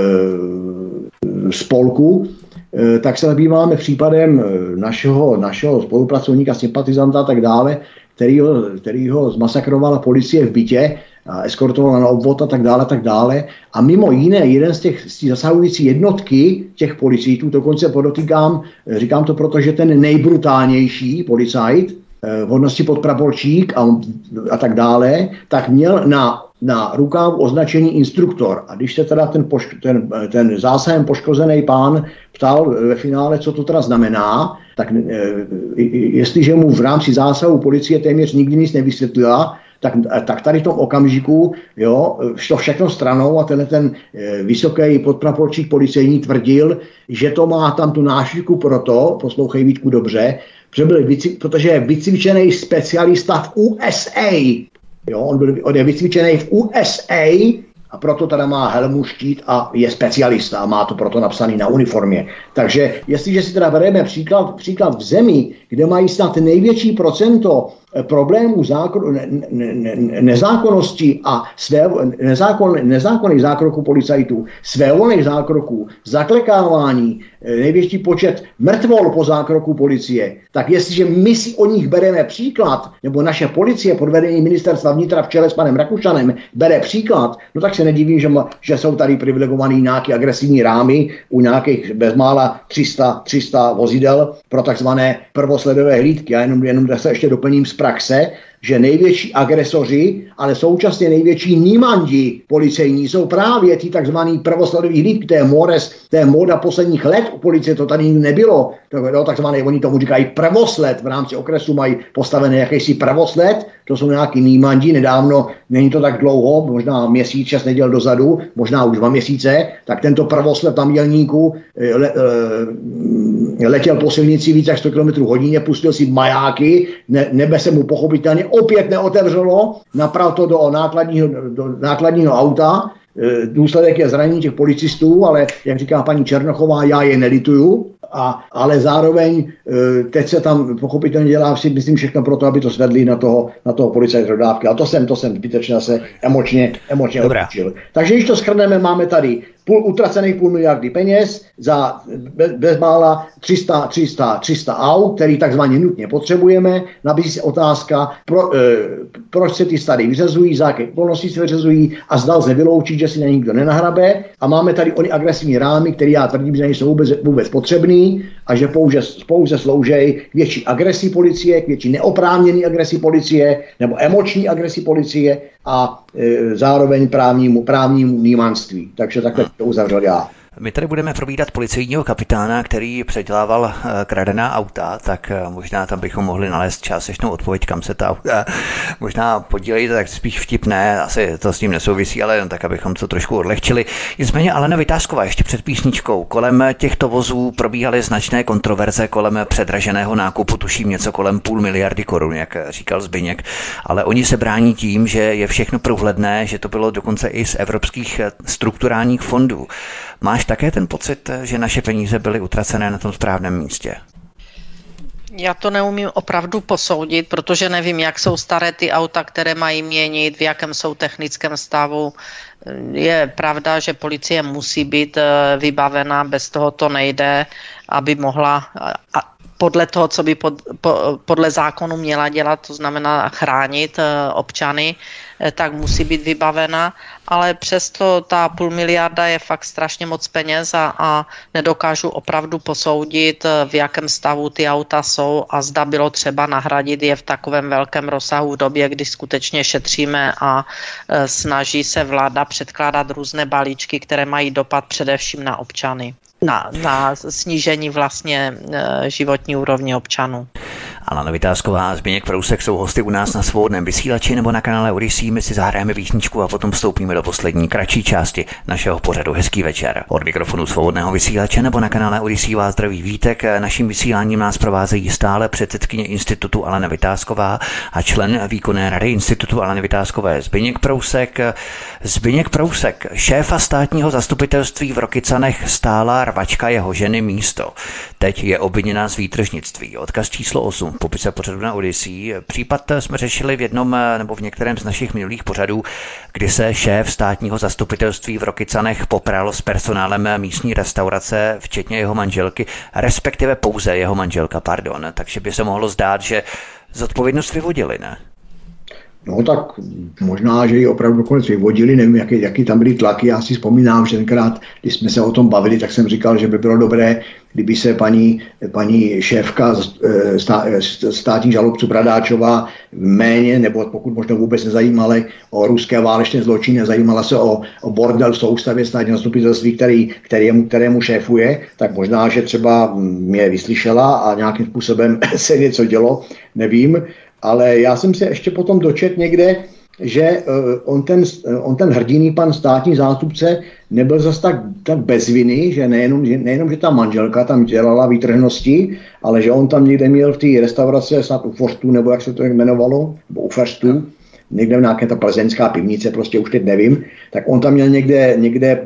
spolku, tak se zabýváme případem našeho spolupracovníka, sympatizanta a tak dále, který ho zmasakrovala policie v bytě a eskortovala na obvod a tak dále. A mimo jiné, jeden z těch zasahující jednotky těch policistů, dokonce podotýkám, říkám to proto, že ten nejbrutálnější policajt, v hodnosti podpraporčík a tak dále, tak měl na rukávu označení instruktor. A když se teda ten zásahem poškozený pán ptal ve finále, co to teda znamená, tak jestliže mu v rámci zásahu policie téměř nikdy nic nevysvětlila, tak tady v tom okamžiku šlo všechno stranou a ten vysoký podpraporčík policejní tvrdil, že to má tam tu nášivku proto, poslouchej Vítku dobře, protože je vycvičený specialista v USA. On je vycvičený v USA a proto teda má helmu, štít a je specialista a má to proto napsaný na uniformě. Takže jestliže si teda bereme příklad v zemi, kde mají snad největší procento problémů nezákonnosti a nezákonných zákroků policajtů, svévolných zákroků, zaklekávání, největší počet mrtvol po zákroku policie, tak jestliže my si o nich bereme příklad, nebo naše policie pod vedením ministerstva vnitra v čele s panem Rakušanem bere příklad, no tak se nedivím, že jsou tady privilegovaný nějaké agresivní rámy u nějakých bezmála 300 vozidel pro takzvané prvosledové hlídky. Já jenom se ještě doplním z praxe, že největší agresoři, ale současně největší nímandi policejní jsou právě ty takzvaný prvosledový hlídky, to je móda posledních let u policie, to tady nebylo, takzvané, oni tomu říkají prvosled, v rámci okresu mají postavený jakýsi prvosled, to jsou nějaký nímandi, nedávno, není to tak dlouho, možná měsíc, 6 neděl dozadu, možná už 2 měsíce, tak tento prvosled tam mělníku letěl po silnici více jak 100 km hodině, pustil si majáky, nebe se mu pochopitelně opět neotevřelo, napravil to do nákladního auta. Důsledek je zranění těch policistů, ale jak říká paní Černochová, já je nelituju, ale zároveň teď se tam pochopitelně dělá si myslím všechno pro to, aby to svedli na toho policajta dodávky. A to jsem zbytečně se emočně odlučil. Takže když to shrneme, máme tady utracených 500 miliardy peněz za bezmála 300 aut, který takzvaně nutně potřebujeme. Nabízí se otázka, proč se ty starý vyřazují, za jaké okolnosti se vyřazují a zda lze vyloučit, že si na nikdo nenahrabe. A máme tady ony agresivní rámy, které já tvrdím, že nejsou vůbec potřebný a že pouze slouží k větší agresi policie, k větší neoprávněné agresi policie nebo emoční agresi policie a zároveň právnímu nímanství. Takže takhle to uzavřel já. My tady budeme probídat policejního kapitána, který předělával kradená auta, tak možná tam bychom mohli nalézt částečnou odpověď, kam se ta auta možná podílejí, tak spíš vtipné, asi to s tím nesouvisí, ale jen tak, abychom to trošku odlehčili. Nicméně Alena Vytázková ještě před písničkou. Kolem těchto vozů probíhaly značné kontroverze kolem předraženého nákupu, tuším něco kolem 500 miliardy korun, jak říkal Zbyněk, ale oni se brání tím, že je všechno průhledné, že to bylo dokonce i z evropských strukturálních fondů. Máš také ten pocit, že naše peníze byly utracené na tom správném místě? Já to neumím opravdu posoudit, protože nevím, jak jsou staré ty auta, které mají měnit, v jakém jsou technickém stavu. Je pravda, že policie musí být vybavená, bez toho to nejde, aby mohla podle toho, co by podle zákonu měla dělat, to znamená chránit občany, tak musí být vybavena, ale přesto ta 500 miliarda je fakt strašně moc peněz a nedokážu opravdu posoudit, v jakém stavu ty auta jsou a zda bylo třeba nahradit je v takovém velkém rozsahu v době, kdy skutečně šetříme a snaží se vláda předkládat různé balíčky, které mají dopad především na občany. Na snížení vlastně životní úrovně občanů. Alena Vitásková a Zbyněk Prousek jsou hosty u nás na Svobodném vysílači nebo na kanále Odyssey. My si zahrajeme písničku a potom vstoupíme do poslední kratší části našeho pořadu. Hezký večer. Od mikrofonu Svobodného vysílače nebo na kanále Odyssey vás zdraví Vítek. Naším vysíláním nás provázejí stále předsedkyně institutu Alena Vitásková a člen výkonné rady institutu Aleny Vitáskové Zbyněk Prousek. Zbyněk Prousek, šéfa státního zastupitelství v Rokycanech, stála rvačka jeho ženy místo. Teď je obviněna z výtržnictví. Odkaz číslo 8 v popise pořadu na Odyssey. Případ jsme řešili v jednom nebo v některém z našich minulých pořadů, kdy se šéf státního zastupitelství v Rokycanech popral s personálem místní restaurace, včetně jeho manželky, respektive pouze jeho manželka, pardon. Takže by se mohlo zdát, že zodpovědnost vyvodili, ne? No tak možná, že ji opravdu konec vyvodili, nevím, jaký tam byly tlaky. Já si vzpomínám, že tenkrát, když jsme se o tom bavili, tak jsem říkal, že by bylo dobré, kdyby se paní šéfka státních žalobců Bradáčová méně, nebo pokud možno vůbec nezajímala o ruské válečné zločiny, nezajímala se o bordel v soustavě státního zastupitelství, kterému šéfuje, tak možná, že třeba mě vyslyšela a nějakým způsobem se něco dělo, nevím. Ale já jsem se ještě potom dočetl někde, že on ten hrdinný pan státní zástupce nebyl zas tak bez viny, že nejenom, že ta manželka tam dělala výtrhnosti, ale že on tam někde měl v té restauraci, snad u Forstu, nebo jak se to jmenovalo, nebo u Forstu, někde v nějaké ta plzeňská pivnice, prostě už teď nevím, tak on tam měl někde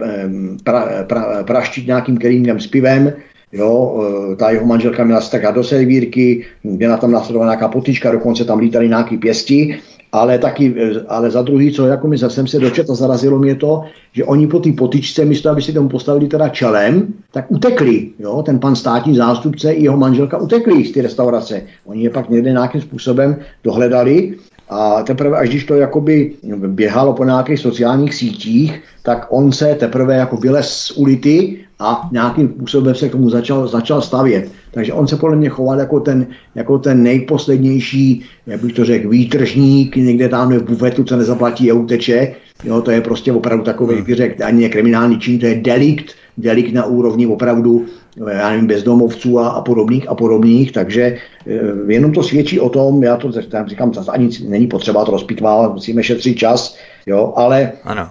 praštit nějakým kelímkem s pivem. Jo, ta jeho manželka měla strkat do servírky, byla tam následovaná nějaká potyčka, dokonce tam lítaly nějaký pěsti, ale za druhý, co jako mi jsem se dočetl a zarazilo mě to, že oni po té potyčce, místo aby si tomu postavili teda čelem, tak utekli. Jo, ten pan státní zástupce i jeho manželka utekli z té restaurace. Oni je pak někde nějakým způsobem dohledali a teprve, až když to jakoby běhalo po nějakých sociálních sítích, tak on se teprve jako vylez z ulity a nějakým způsobem se k tomu začal stavět. Takže on se podle mě choval jako ten nejposlednější, jak bych to řekl, výtržník, někde tam v bufetu, co nezaplatí a uteče. Jo, to je prostě opravdu takový, jak řekl, ani ne kriminální čin, to je delikt na úrovni opravdu, já nevím, bezdomovců a podobných, takže jenom to svědčí o tom, já to tam říkám, zase ani není potřeba to rozpitvávat, musíme šetřit čas, jo, ale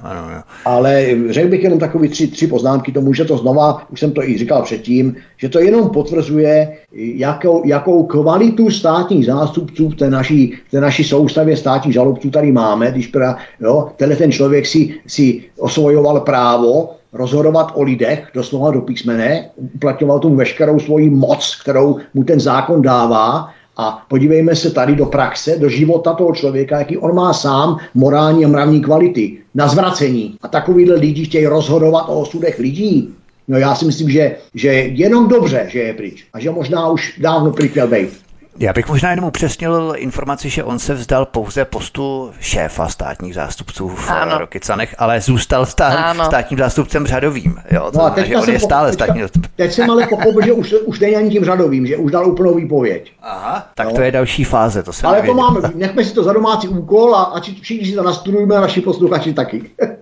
řekl bych jenom takový tři poznámky tomu, že to znova, už jsem to i říkal předtím, že to jenom potvrzuje, jakou kvalitu státních zástupců v té naší soustavě státních žalobců tady máme, když ten člověk si osvojoval právo rozhodovat o lidech, doslova do písmene, uplatňoval tomu veškerou svoji moc, kterou mu ten zákon dává, a podívejme se tady do praxe, do života toho člověka, jaký on má sám morální a mravní kvality na zvracení. A takovýhle lidi chtějí rozhodovat o osudech lidí. No já si myslím, že jenom dobře, že je pryč. A že možná už dávno pryč měl být. Já bych možná jenom upřesnil informaci, že on se vzdal pouze postu šéfa státních zástupců v Rokycanech, ale zůstal státním zástupcem řadovým. Jo, to znamená, že on je stále státní zástupcem. Teď jsem ale pochopil, že už není ani tím řadovým, že už dal úplnou výpověď. Aha, tak to je další fáze, to jsem ale to máme, nechme si to za domácí úkol a všichni si to nastudujeme, naši posluchači taky.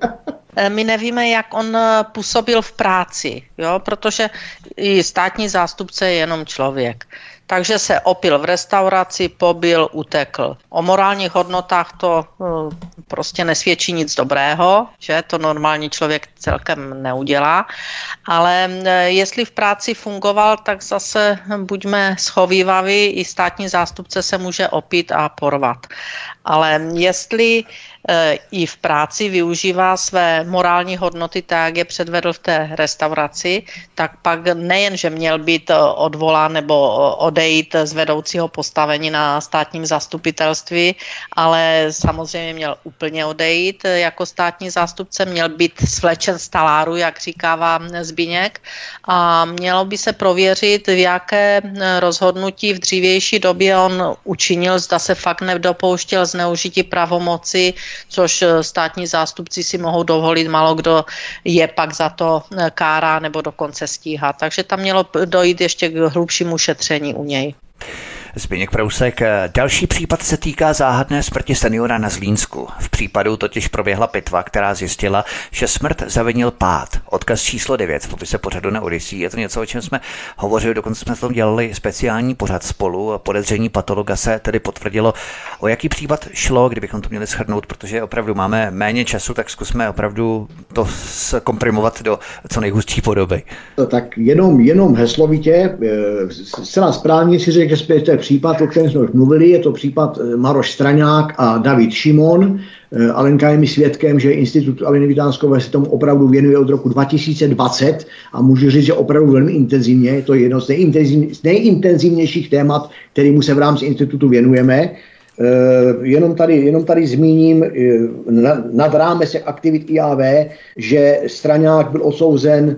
My nevíme, jak on působil v práci, jo? Protože i státní zástupce je jenom člověk. Takže se opil v restauraci, pobil, utekl. O morálních hodnotách to prostě nesvědčí nic dobrého, že to normální člověk celkem neudělá. Ale jestli v práci fungoval, tak zase buďme schovývaví, i státní zástupce se může opít a porvat. Ale jestli i v práci využívá své morální hodnoty tak, jak je předvedl v té restauraci, tak pak nejen, že měl být odvolán nebo odejít z vedoucího postavení na státním zastupitelství, ale samozřejmě měl úplně odejít jako státní zástupce, měl být svlečen z taláru, jak říkává Zbyněk, a mělo by se prověřit, v jaké rozhodnutí v dřívější době on učinil, zda se fakt nedopouštěl zneužití pravomoci, což státní zástupci si mohou dovolit, málo kdo je pak za to kárá nebo dokonce stíhá. Takže tam mělo dojít ještě k hlubšímu šetření u něj. Zbyněk Prousek. Další případ se týká záhadné smrti seniora na Zlínsku. V případu totiž proběhla pitva, která zjistila, že smrt zavinil pád. Odkaz číslo 9 v popise pořadu na Odyssey. Je to něco, o čem jsme hovořili, dokonce jsme v tom dělali speciální pořad spolu. Podezření patologa se tedy potvrdilo. O jaký případ šlo, kdybychom to měli shrnout, protože opravdu máme méně času, tak zkusme opravdu to zkomprimovat do co nejhustší podoby. Tak jenom heslovitě, zcela správně si řekl, že to je případ, o kterém jsme už mluvili, je to případ Maroš Straňák a David Šimon. Alenka je mi svědkem, že Institut Aleny Vitánskové se tomu opravdu věnuje od roku 2020 a můžu říct, že opravdu velmi intenzivně. Je to jedno z nejintenzivnějších témat, kterému se v rámci institutu věnujeme. Jenom tady zmíním nad rámec aktivit IAV, že Straňák byl odsouzen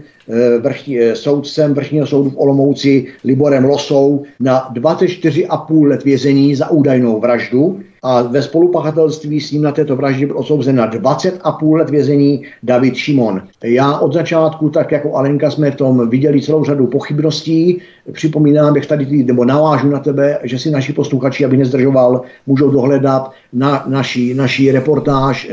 soudcem Vrchního soudu v Olomouci Liborem Losou na 24,5 let vězení za údajnou vraždu a ve spolupachatelství s ním na této vraždě byl odsouzen na 20,5 let vězení David Šimon. Já od začátku, tak jako Alenka, jsme v tom viděli celou řadu pochybností. Připomínám, jak tady nebo navážu na tebe, že si naši posluchači, aby nezdržoval, můžou dohledat na naší reportáž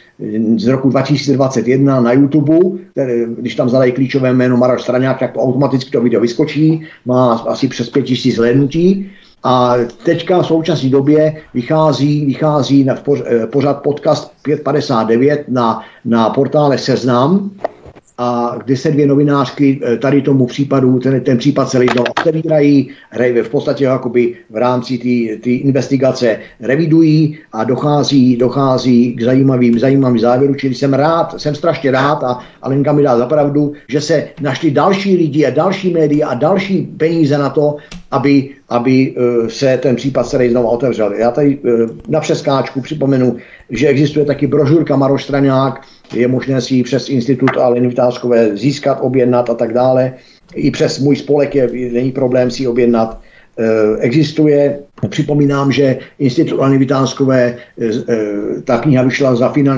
z roku 2021 na YouTube, když tam zadají klíčové jméno Maroš Straňák, tak to automaticky to video vyskočí, má asi přes 5000 zhlédnutí. A teďka v současné době vychází na pořad podcast 559 na portále Seznam, a kde se dvě novinářky tady tomu případu, ten případ celý otevírají, v podstatě jakoby v rámci té investigace revidují a dochází k zajímavým závěrům, čili jsem strašně rád a Alenka mi dá za pravdu, že se našli další lidi a další média a další peníze na to, aby se ten případ celý znovu otevřel. Já tady na přeskáčku připomenu, že existuje taky brožurka Maroš Straňák, je možné si ji přes Institut Aleny Vitánskové získat, objednat a tak dále. I přes můj spolek není problém si ji objednat. Existuje, připomínám, že Institut Aleny Vitánskové, ta kniha vyšla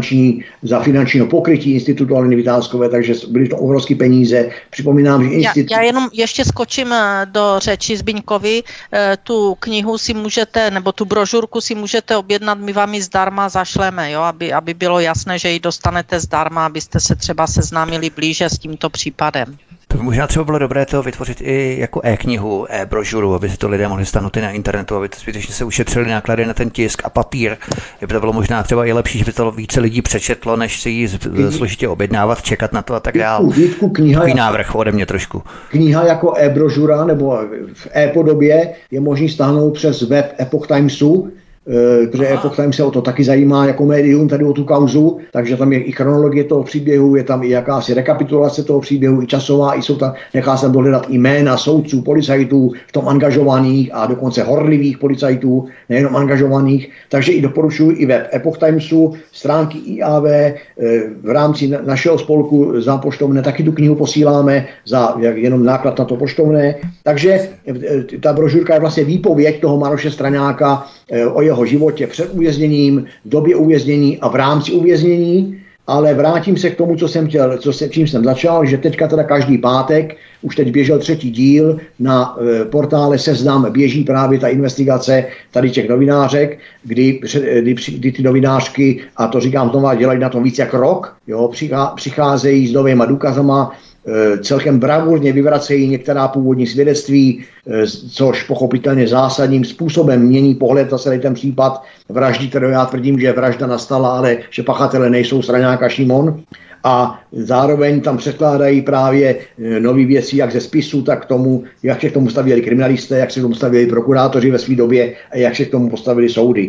za finančního pokrytí Institutu Aleny Vitánskové, takže byly to obrovské peníze. Připomínám, že Já jenom ještě skočím do řeči Zbyňkovi. Tu knihu si můžete, nebo tu brožurku si můžete objednat, my vám ji zdarma zašleme, jo? Aby bylo jasné, že ji dostanete zdarma, abyste se třeba seznámili blíže s tímto případem. To by možná třeba bylo dobré to vytvořit i jako e-knihu, e-brožuru, aby si to lidé mohli stáhnout i na internetu, aby to skutečně se ušetřili náklady na ten tisk a papír. Kdyby to bylo možná třeba i lepší, že by to více lidí přečetlo, než si ji složitě objednávat, čekat na to a tak dále. Takový návrh ode mě trošku. Kniha jako e-brožura nebo v e-podobě je možný stáhnout přes web Epoch Timesu, protože Epoch Times se o to taky zajímá jako médium, tady o tu kauzu, takže tam je i chronologie toho příběhu, je tam i jakási rekapitulace toho příběhu, i časová, i jsou tam, nechá se dohledat jména soudců, policajtů v tom angažovaných a dokonce horlivých policajtů, nejenom angažovaných, takže i doporučuji i web Epoch Timesu, stránky IAV, v rámci našeho spolku za poštovné taky tu knihu posíláme za jenom náklad na to poštovné, takže ta brožurka je vlastně výpověď toho Maroše Straňáka o jeho životě před uvězněním, v době uvěznění a v rámci uvěznění, ale vrátím se k tomu, čím jsem začal, že teďka teda každý pátek, už teď běžel 3. díl, na portále Seznam běží právě ta investigace tady těch novinářek, kdy ty novinářky, a to říkám znovu, dělají na tom víc jak rok, jo, přicházejí s novýma důkazama, celkem bravurně vyvracejí některá původní svědectví, což pochopitelně zásadním způsobem mění pohled na celý ten případ vraždy, kterou já tvrdím, že vražda nastala, ale že pachatele nejsou Straňák a Šimon. A zároveň tam překládají právě nové věci, jak ze spisu, tak k tomu, jak se k tomu stavěli kriminalisté, jak se k tomu stavěli prokurátoři ve své době a jak se k tomu postavili soudy.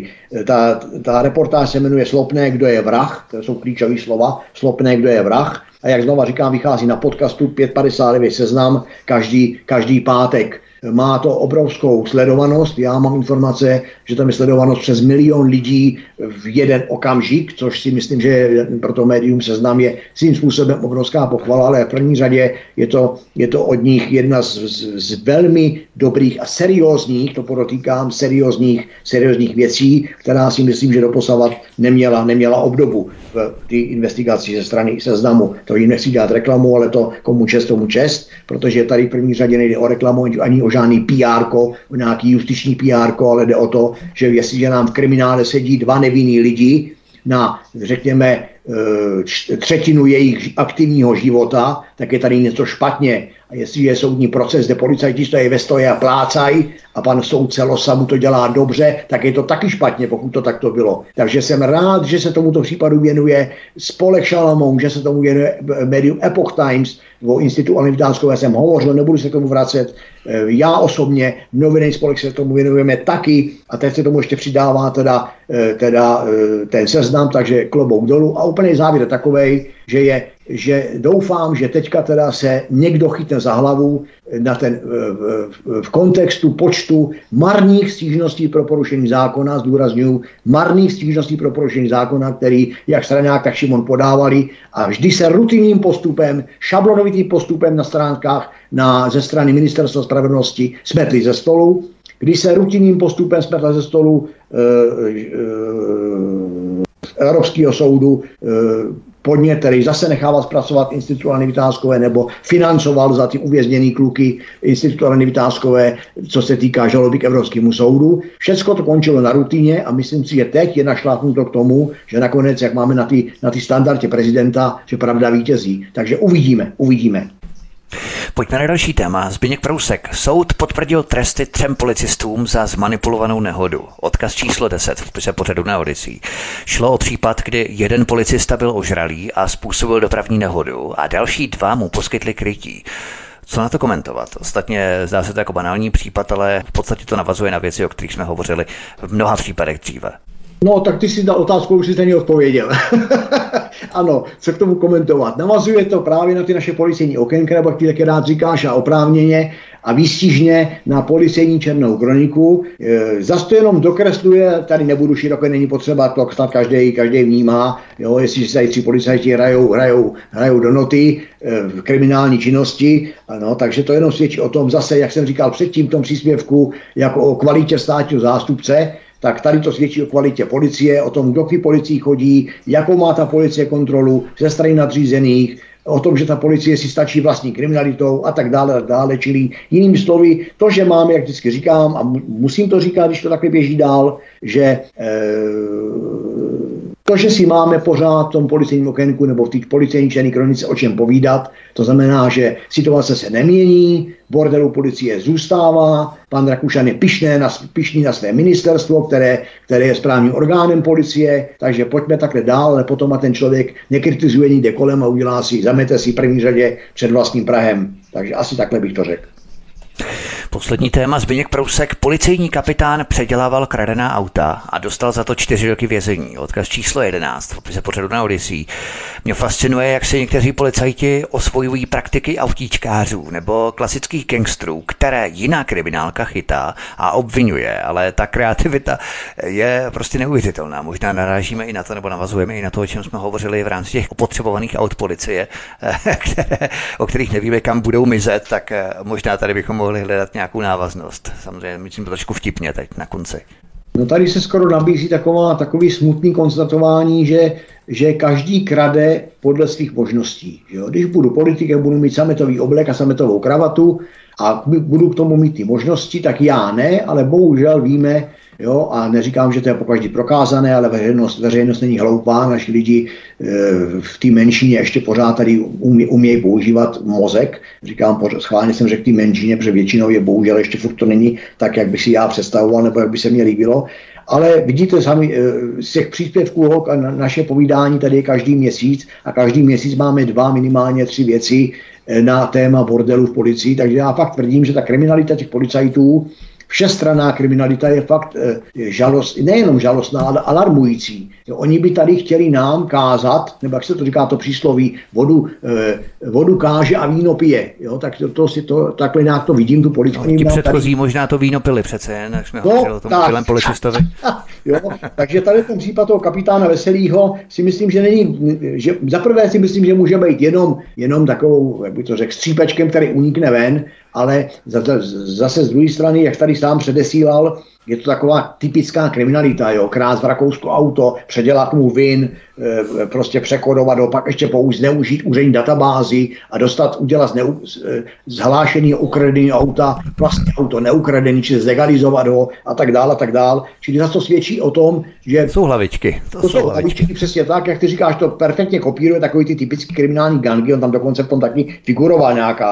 Ta reportáž se jmenuje Slopné, kdo je vrah, to jsou klíčové slova, Slopné, kdo je vrah. A jak znova říkám, vychází na podcastu 559 Seznam každý pátek. Má to obrovskou sledovanost. Já mám informace, že tam je sledovanost přes 1 000 000 lidí v jeden okamžik, což si myslím, že pro to médium Seznam je svým způsobem obrovská pochvala, ale v první řadě je to od nich jedna z velmi dobrých a seriózních, to podotýkám, seriózních věcí, která si myslím, že doposavat neměla obdobu v té investigaci ze strany Seznamu. To jim nechci dělat reklamu, ale to komu čest, tomu čest, protože tady v první řadě nejde o reklamu ani o o žádný PR, o nějaký justiční PR, ale jde o to, že jestliže nám v kriminále sedí 2 nevinní lidi na, řekněme, třetinu jejich aktivního života, tak je tady něco špatně. A jestliže je soudní proces, kde policajti stojí ve stoje a plácají a pan soudce Losa mu to dělá dobře, tak je to taky špatně, pokud to takto bylo. Takže jsem rád, že se tomuto případu věnuje spolek Šalamoun, že se tomu věnuje médium Epoch Times, o institutu Aleny Vitánskové jsem hovořil, nebudu se k tomu vracet. Já osobně, novinej spolek se tomu věnujeme taky a teď se tomu ještě přidává teda ten Seznam, takže klobouk dolů. A úplný závěr je takovej, že doufám, že teďka teda se někdo chytne za hlavu v kontextu počtu marných stížností pro porušení zákona, zdůrazňuji, marných stížností pro porušení zákona, který jak Straňák, tak Šimon podávali a vždy se rutinním postupem, šablonovitým postupem na stránkách ze strany Ministerstva spravedlnosti smetli ze stolu. Když se rutinním postupem smetla ze stolu Evropského soudu podnět, který zase nechával zpracovat Institut Aleny Vitánskové nebo financoval za ty uvězněný kluky Institutu Aleny Vitánskové, co se týká žaloby k Evropskému soudu. Všecko to končilo na rutině a myslím si, že teď je našlápnuto k tomu, že nakonec, jak máme na ty standardě prezidenta, že pravda vítězí. Takže uvidíme. Pojďme na další téma. Zbyněk Prousek. Soud potvrdil tresty 3 policistům za zmanipulovanou nehodu. Odkaz číslo 10 v popise pořadu na Odyssey. Šlo o případ, kdy jeden policista byl ožralý a způsobil dopravní nehodu a další 2 mu poskytli krytí. Co na to komentovat? Ostatně zdá se to jako banální případ, ale v podstatě to navazuje na věci, o kterých jsme hovořili v mnoha případech dříve. No, tak ty si na otázku už jsi odpověděl. Ano, co k tomu komentovat? Navazuje to právě na ty naše policejní okénka, nebo jak ty taky rád říkáš, a oprávněně a výstižně na policejní černou kroniku. Zas to jenom dokresluje, tady nebudu široko, není potřeba, to snad každý vnímá, jo, jestliže se tady 3 policajti hrajou do noty v kriminální činnosti, ano, takže to jenom svědčí o tom zase, jak jsem říkal předtím v tom příspěvku, jako o kvalitě státního zástupce, tak tady to svědčí o kvalitě policie, o tom, kdo k policii chodí, jakou má ta policie kontrolu ze strany nadřízených, o tom, že ta policie si stačí vlastní kriminalitou a tak dále, čili jinými slovy, to, že máme, jak vždycky říkám, a musím to říkat, když to takhle běží dál, že to, že si máme pořád v tom policejním okénku nebo v té policejní černé kronice o čem povídat, to znamená, že situace se nemění, bordel policie zůstává, pan Rakušan je pyšný na své ministerstvo, které je správním orgánem policie, takže pojďme takhle dál, ale potom a ten člověk nekritizuje nikde kolem a zamete si první řadě před vlastním prahem. Takže asi takhle bych to řekl. Poslední téma. Zbyněk Prousek. Policejní kapitán předělával kradená auta a dostal za to 4 roky vězení. Odkaz číslo 11 v popise pořadu na Odyssey. Mě fascinuje, jak se někteří policajti osvojují praktiky autíčkářů nebo klasických gangstrů, které jiná kriminálka chytá a obvinuje, ale ta kreativita je prostě neuvěřitelná. Možná narážíme i na to, nebo navazujeme i na to, o čem jsme hovořili v rámci těch opotřebovaných aut policie, o kterých nevíme, kam budou mizet, tak možná tady bychom mohli hledat nějakou návaznost. Samozřejmě myslím to trošku vtipně teď na konci. No tady se skoro nabízí takový smutný konstatování, že každý krade podle svých možností. Jo? Když budu politik, budu mít sametový oblek a sametovou kravatu a budu k tomu mít ty možnosti, tak já ne, ale bohužel víme, jo, a neříkám, že to je pokaždý prokázané, ale veřejnost není hloupá, naši lidi v té menšině ještě pořád tady umějí používat mozek. Říkám, schválně jsem řekl té menšině, protože většinou je bohužel ještě furt to není tak, jak by si já představoval, nebo jak by se mně líbilo. Ale vidíte sami z těch příspěvků a naše povídání tady je každý měsíc a každý měsíc máme 2, minimálně 3 věci na téma bordelu v policii, takže já fakt tvrdím, že ta kriminalita těch policajtů, všestranná kriminalita je fakt nejenom žalostná, ale alarmující. Jo, oni by tady chtěli nám kázat, nebo jak se to říká to přísloví, vodu káže a víno pije. Jo, tak takhle nějak to vidím, tu policii. Ti předchozí možná to víno pili přece jen, jak jsme hovořili o tom tělem policistovi. Jo, takže tady ten případ toho kapitána Veselýho si myslím, že není, že zaprvé si myslím, že může být jenom takovou, jak bych to řekl, střípečkem, který unikne ven, ale zase z druhé strany, jak tady sám předesílal, je to taková typická kriminalita, jo, krást v Rakousku auto, předělat mu vin, prostě překodovat ho, pak ještě zneužít úřední databázi a udělat zhlášený ukradený auta, vlastně auto neukradený, či zlegalizovat ho a tak dále. Čili zase to svědčí o tom, že... Jsou hlavičky. To jsou hlavičky, přesně tak, jak ty říkáš, to perfektně kopíruje takový ty typický kriminální gangy, on tam dokonce v tom taky figuroval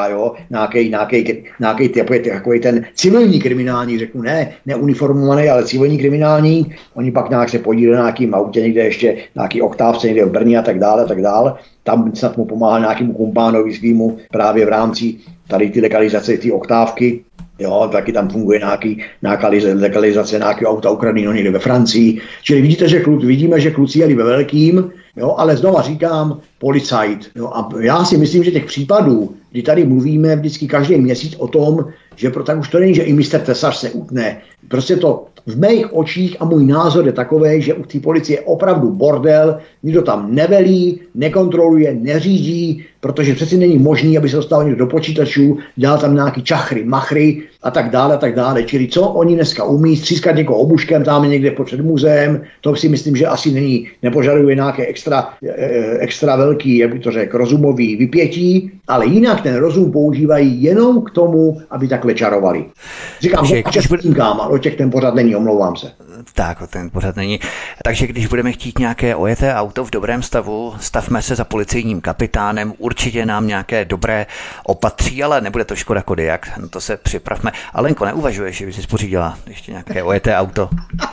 nějaký takový ten civilní kriminální, řeknu ne uniformovaný, ale civilní kriminální, oni pak nějak se podíleli na nějakým autě, někde ještě nějaký oktávce, někde v Brně a tak dále. Tam snad mu pomáhal nějakému kumpánovi svýmu právě v rámci tady ty legalizace, ty oktávky. Jo, taky tam funguje nějaká legalizace nějakého auta ukradeného někde ve Francii. Čili vidíme, že kluci jeli ve velkým, jo, ale znova říkám, policajt. Jo, a já si myslím, že těch případů, kdy tady mluvíme vždycky každý měsíc o tom, že tak už to není, že i mistr Tesař se utne. Prostě to v mých očích a můj názor je takový, že u té policie je opravdu bordel, nikdo tam nevelí, nekontroluje, neřídí, protože přeci není možný, aby se dostal někdo do počítačů, dělal tam nějaký čachry, machry a tak dále. Čili co oni dneska umí, střískat někoho obuškem tam někde před muzeem, to si myslím, že asi nepožaduje nějaké extra velký, jak by to řekl, rozumový vypětí, ale jinak ten rozum používají jenom k tomu, aby takhle čarovali. Říkám, o těch ten pořád není, omlouvám se. Tak, ten pořád není. Takže když budeme chtít nějaké ojeté auto v dobrém stavu, stavme se za policejním kapitánem, určitě nám nějaké dobré opatří, ale nebude to Škoda Kodiaq, no to se připravme. Alenko, neuvažuješ, že by si pořídila ještě nějaké ojeté auto?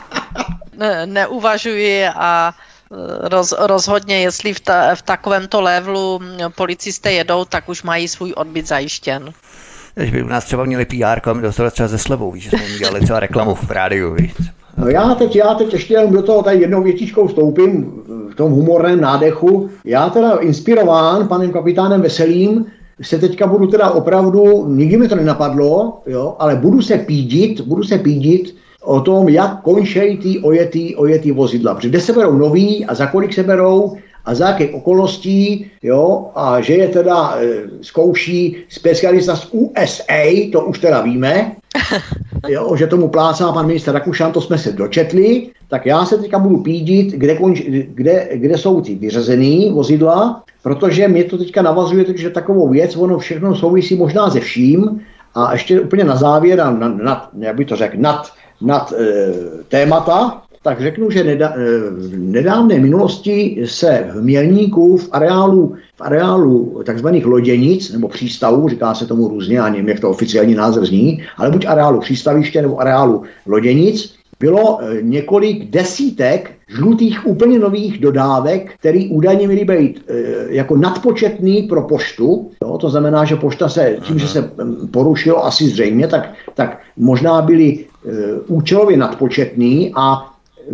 Neuvažuji a rozhodně, jestli v takovémto levelu policisté jedou, tak už mají svůj odbyt zajištěn. Takže by u nás třeba měli PR, a my dostali třeba ze slevou, víš, že jsme dělali třeba reklamu v rádiu, víš. No já teď ještě jenom do toho tady jednou větičkou vstoupím v tom humorném nádechu. Já teda inspirován panem kapitánem Veselým se teďka budu teda opravdu, nikdy mi to nenapadlo, jo, ale budu se pídit o tom, jak končí ty ojetý vozidla. Protože kde se berou nový a za kolik se berou a za jakých okolností, jo, a že je teda zkouší specialista z USA, to už teda víme, jo, že tomu plácá pan ministr Rakušan, to jsme se dočetli, tak já se teďka budu pídit, kde jsou ty vyřazený vozidla, protože mě to teďka navazuje, že takovou věc, ono všechno souvisí možná se vším a ještě úplně na závěr, jak by to řekl, nad témata, tak řeknu, že v nedávné minulosti se v Mělníku v areálu takzvaných loděnic nebo přístavů, říká se tomu různě, a nevím, jak to oficiální název zní, ale buď areálu přístaviště nebo areálu loděnic, bylo několik desítek žlutých úplně nových dodávek, které údajně měly být jako nadpočetný pro poštu. Jo, to znamená, že pošta se, tím, že se porušilo asi zřejmě, tak možná byly účelově nadpočetný a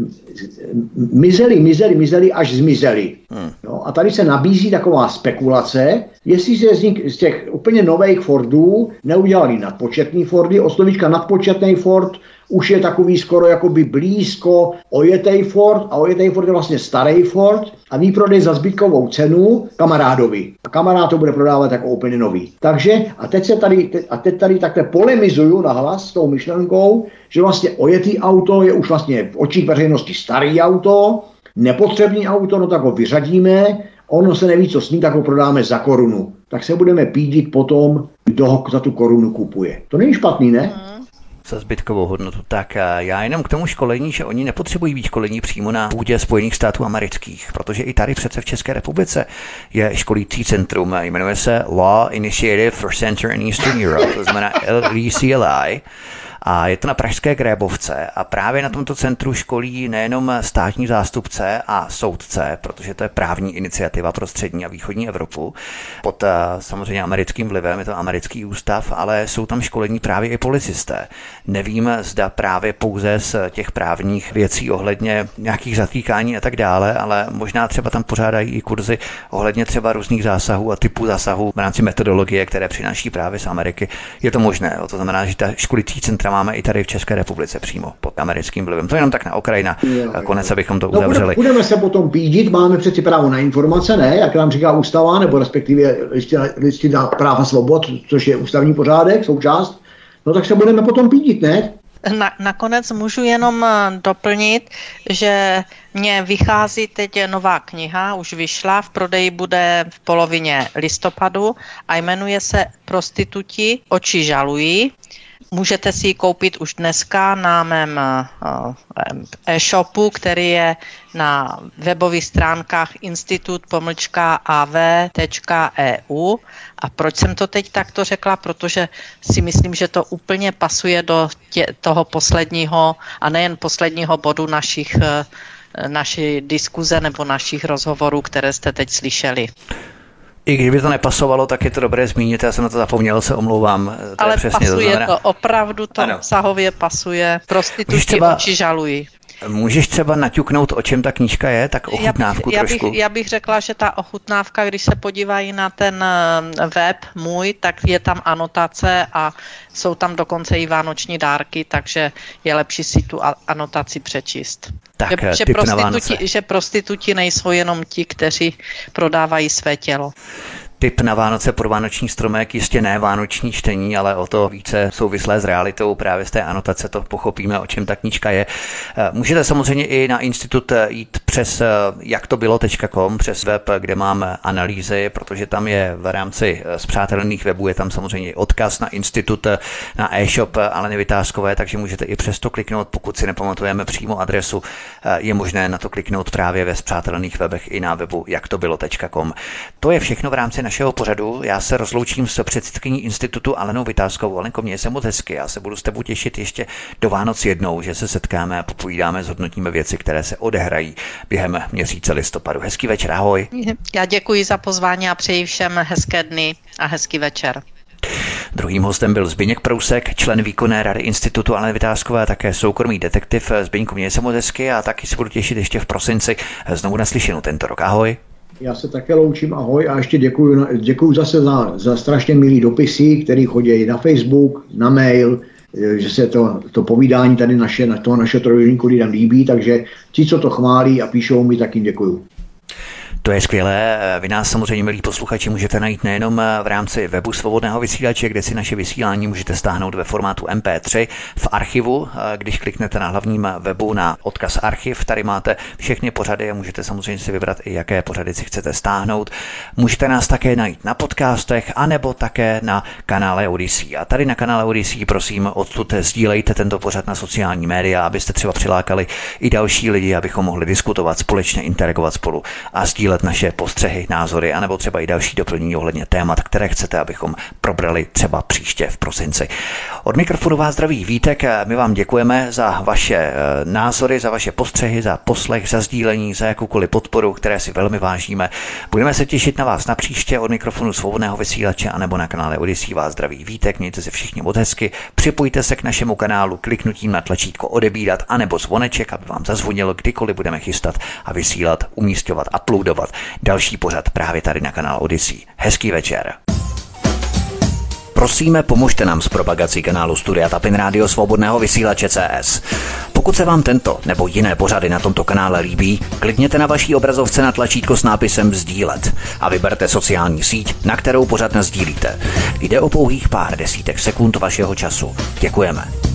mizeli, až zmizeli. No, a tady se nabízí taková spekulace, jestli se z těch úplně nových Fordů neudělali nadpočetný Fordy, od slovíčka nadpočetný Ford už je takový skoro jakoby blízko ojetej Ford a ojetej Ford je vlastně starý Ford a výprodej za zbytkovou cenu kamarádovi. A kamarád to bude prodávat jako úplně nový. Takže a teď tady takhle polemizuju nahlas s tou myšlenkou, že vlastně ojetý auto je už vlastně v očích veřejnosti starý auto, nepotřebný auto, no tak ho vyřadíme, ono se neví, co s ním, tak ho prodáme za korunu. Tak se budeme pídit potom, kdo ho za tu korunu kupuje. To není špatný, ne? Za zbytkovou hodnotu. Tak já jenom k tomu školení, že oni nepotřebují být školení přímo na půdě Spojených států amerických, protože i tady přece v České republice je školící centrum, jmenuje se Law Initiative for Central and Eastern Europe, to znamená LECLI. A je to na pražské Grébovce a právě na tomto centru školí nejenom státní zástupce a soudce, protože to je právní iniciativa pro střední a východní Evropu, pod samozřejmě americkým vlivem, je to americký ústav, ale jsou tam školení právě i policisté. Nevím, zda právě pouze z těch právních věcí ohledně nějakých zatýkání a tak dále, ale možná třeba tam pořádají i kurzy ohledně třeba různých zásahů a typů zásahů v rámci metodologie, které přináší právě z Ameriky. Je to možné, to znamená, že ta školící centra máme i tady v České republice přímo pod americkým vlivem. To je jenom tak na okraj, na konec, abychom to uzavřeli. Budeme se potom pídit, máme přeci právo na informace, ne? Jak nám říká ústava, nebo respektive listina práv a svobod, což je ústavní pořádek, součást. No tak se budeme potom pídit, ne? Nakonec můžu jenom doplnit, že mně vychází teď nová kniha, už vyšla, v prodeji bude v polovině listopadu a jmenuje se Prostituti oči žalují. Můžete si ji koupit už dneska na mém e-shopu, který je na webových stránkách institut-av.eu. A proč jsem to teď takto řekla? Protože si myslím, že to úplně pasuje do toho posledního, a nejen posledního bodu naší diskuze nebo našich rozhovorů, které jste teď slyšeli. I kdyby to nepasovalo, tak je to dobré zmínit, já jsem na to zapomněl, se omlouvám. Ale pasuje to, opravdu to obsahově pasuje. Prostituti oči žalují. Můžeš třeba naťuknout, o čem ta knížka je, tak ochutnávku trošku? Já bych řekla, že ta ochutnávka, když se podívají na ten web můj, tak je tam anotace a jsou tam dokonce i vánoční dárky, takže je lepší si tu anotaci přečíst. Tak, že prostituti nejsou jenom ti, kteří prodávají své tělo. Tip na Vánoce, podvánoční stromek, jistě ne vánoční čtení, ale o to více souvislé s realitou. Právě z té anotace to pochopíme, o čem ta knížka je. Můžete samozřejmě i na institut jít přes jaktobylo.com, přes web, kde máme analýzy, protože tam je v rámci spřátelených webů, je tam samozřejmě odkaz na institut, na e-shop Aleny Vytázkové, takže můžete i přes to kliknout, pokud si nepamatujeme přímo adresu, je možné na to kliknout právě ve spřátelených webech i na webu jaktobylo.com. To je všechno v rámci našeho pořadu. Já se rozloučím s předsedkyní institutu Alenou Vytázkovou. Alenko, měj se moc hezky. Já se budu s tebou těšit ještě do Vánoc jednou, že se setkáme a popovídáme, zhodnotíme věci, které se odehrají během měsíce listopadu. Hezký večer, ahoj. Já děkuji za pozvání a přeji všem hezké dny a hezký večer. Druhým hostem byl Zbyněk Prousek, člen výkonné rady institutu Aleny Vytázkové a také soukromý detektiv. Zbyňku, měj se moc hezky a taky se budu těšit ještě v prosinci znovu naslyšenou tento rok. Ahoj. Já se také loučím, ahoj, a ještě děkuju zase za strašně milý dopisy, které chodí na Facebook, na mail, že se to povídání tady naše trojuhelníku lidem líbí, takže ti, co to chválí a píšou mi, tak jim děkuju. To je skvělé. Vy nás samozřejmě, milí posluchači, můžete najít nejenom v rámci webu Svobodného vysílače, kde si naše vysílání můžete stáhnout ve formátu MP3 v archivu. Když kliknete na hlavním webu na odkaz archiv, tady máte všechny pořady a můžete samozřejmě si vybrat i jaké pořady si chcete stáhnout. Můžete nás také najít na podcastech anebo také na kanále Odyssey. A tady na kanále Odyssey, prosím, odtud sdílejte tento pořad na sociální média, abyste třeba přilákali i další lidi, abychom mohli diskutovat společně, interagovat spolu a sdílet naše postřehy, názory, anebo třeba i další doplnění ohledně témat, které chcete, abychom probrali třeba příště v prosinci. Od mikrofonu vás zdraví Vítek, my vám děkujeme za vaše názory, za vaše postřehy, za poslech, za sdílení, za jakoukoliv podporu, které si velmi vážíme. Budeme se těšit na vás na příště. Od mikrofonu Svobodného vysílače anebo na kanále Odyssey vás zdraví Vítek, mějte se všichni moc hezky, připojte se k našemu kanálu kliknutím na tlačítko odebírat anebo zvoneček, aby vám zazvonilo, kdykoliv budeme chystat a vysílat, umísťovat, uploadovat další pořad právě tady na kanálu Odyssey. Hezký večer. Prosíme, pomožte nám s propagací kanálu Studia Tapin Rádio Svobodného vysílače CS. Pokud se vám tento nebo jiné pořady na tomto kanále líbí, klikněte na vaší obrazovce na tlačítko s nápisem sdílet a vyberte sociální síť, na kterou pořad nasdílíte. Jde o pouhých pár desítek sekund vašeho času. Děkujeme.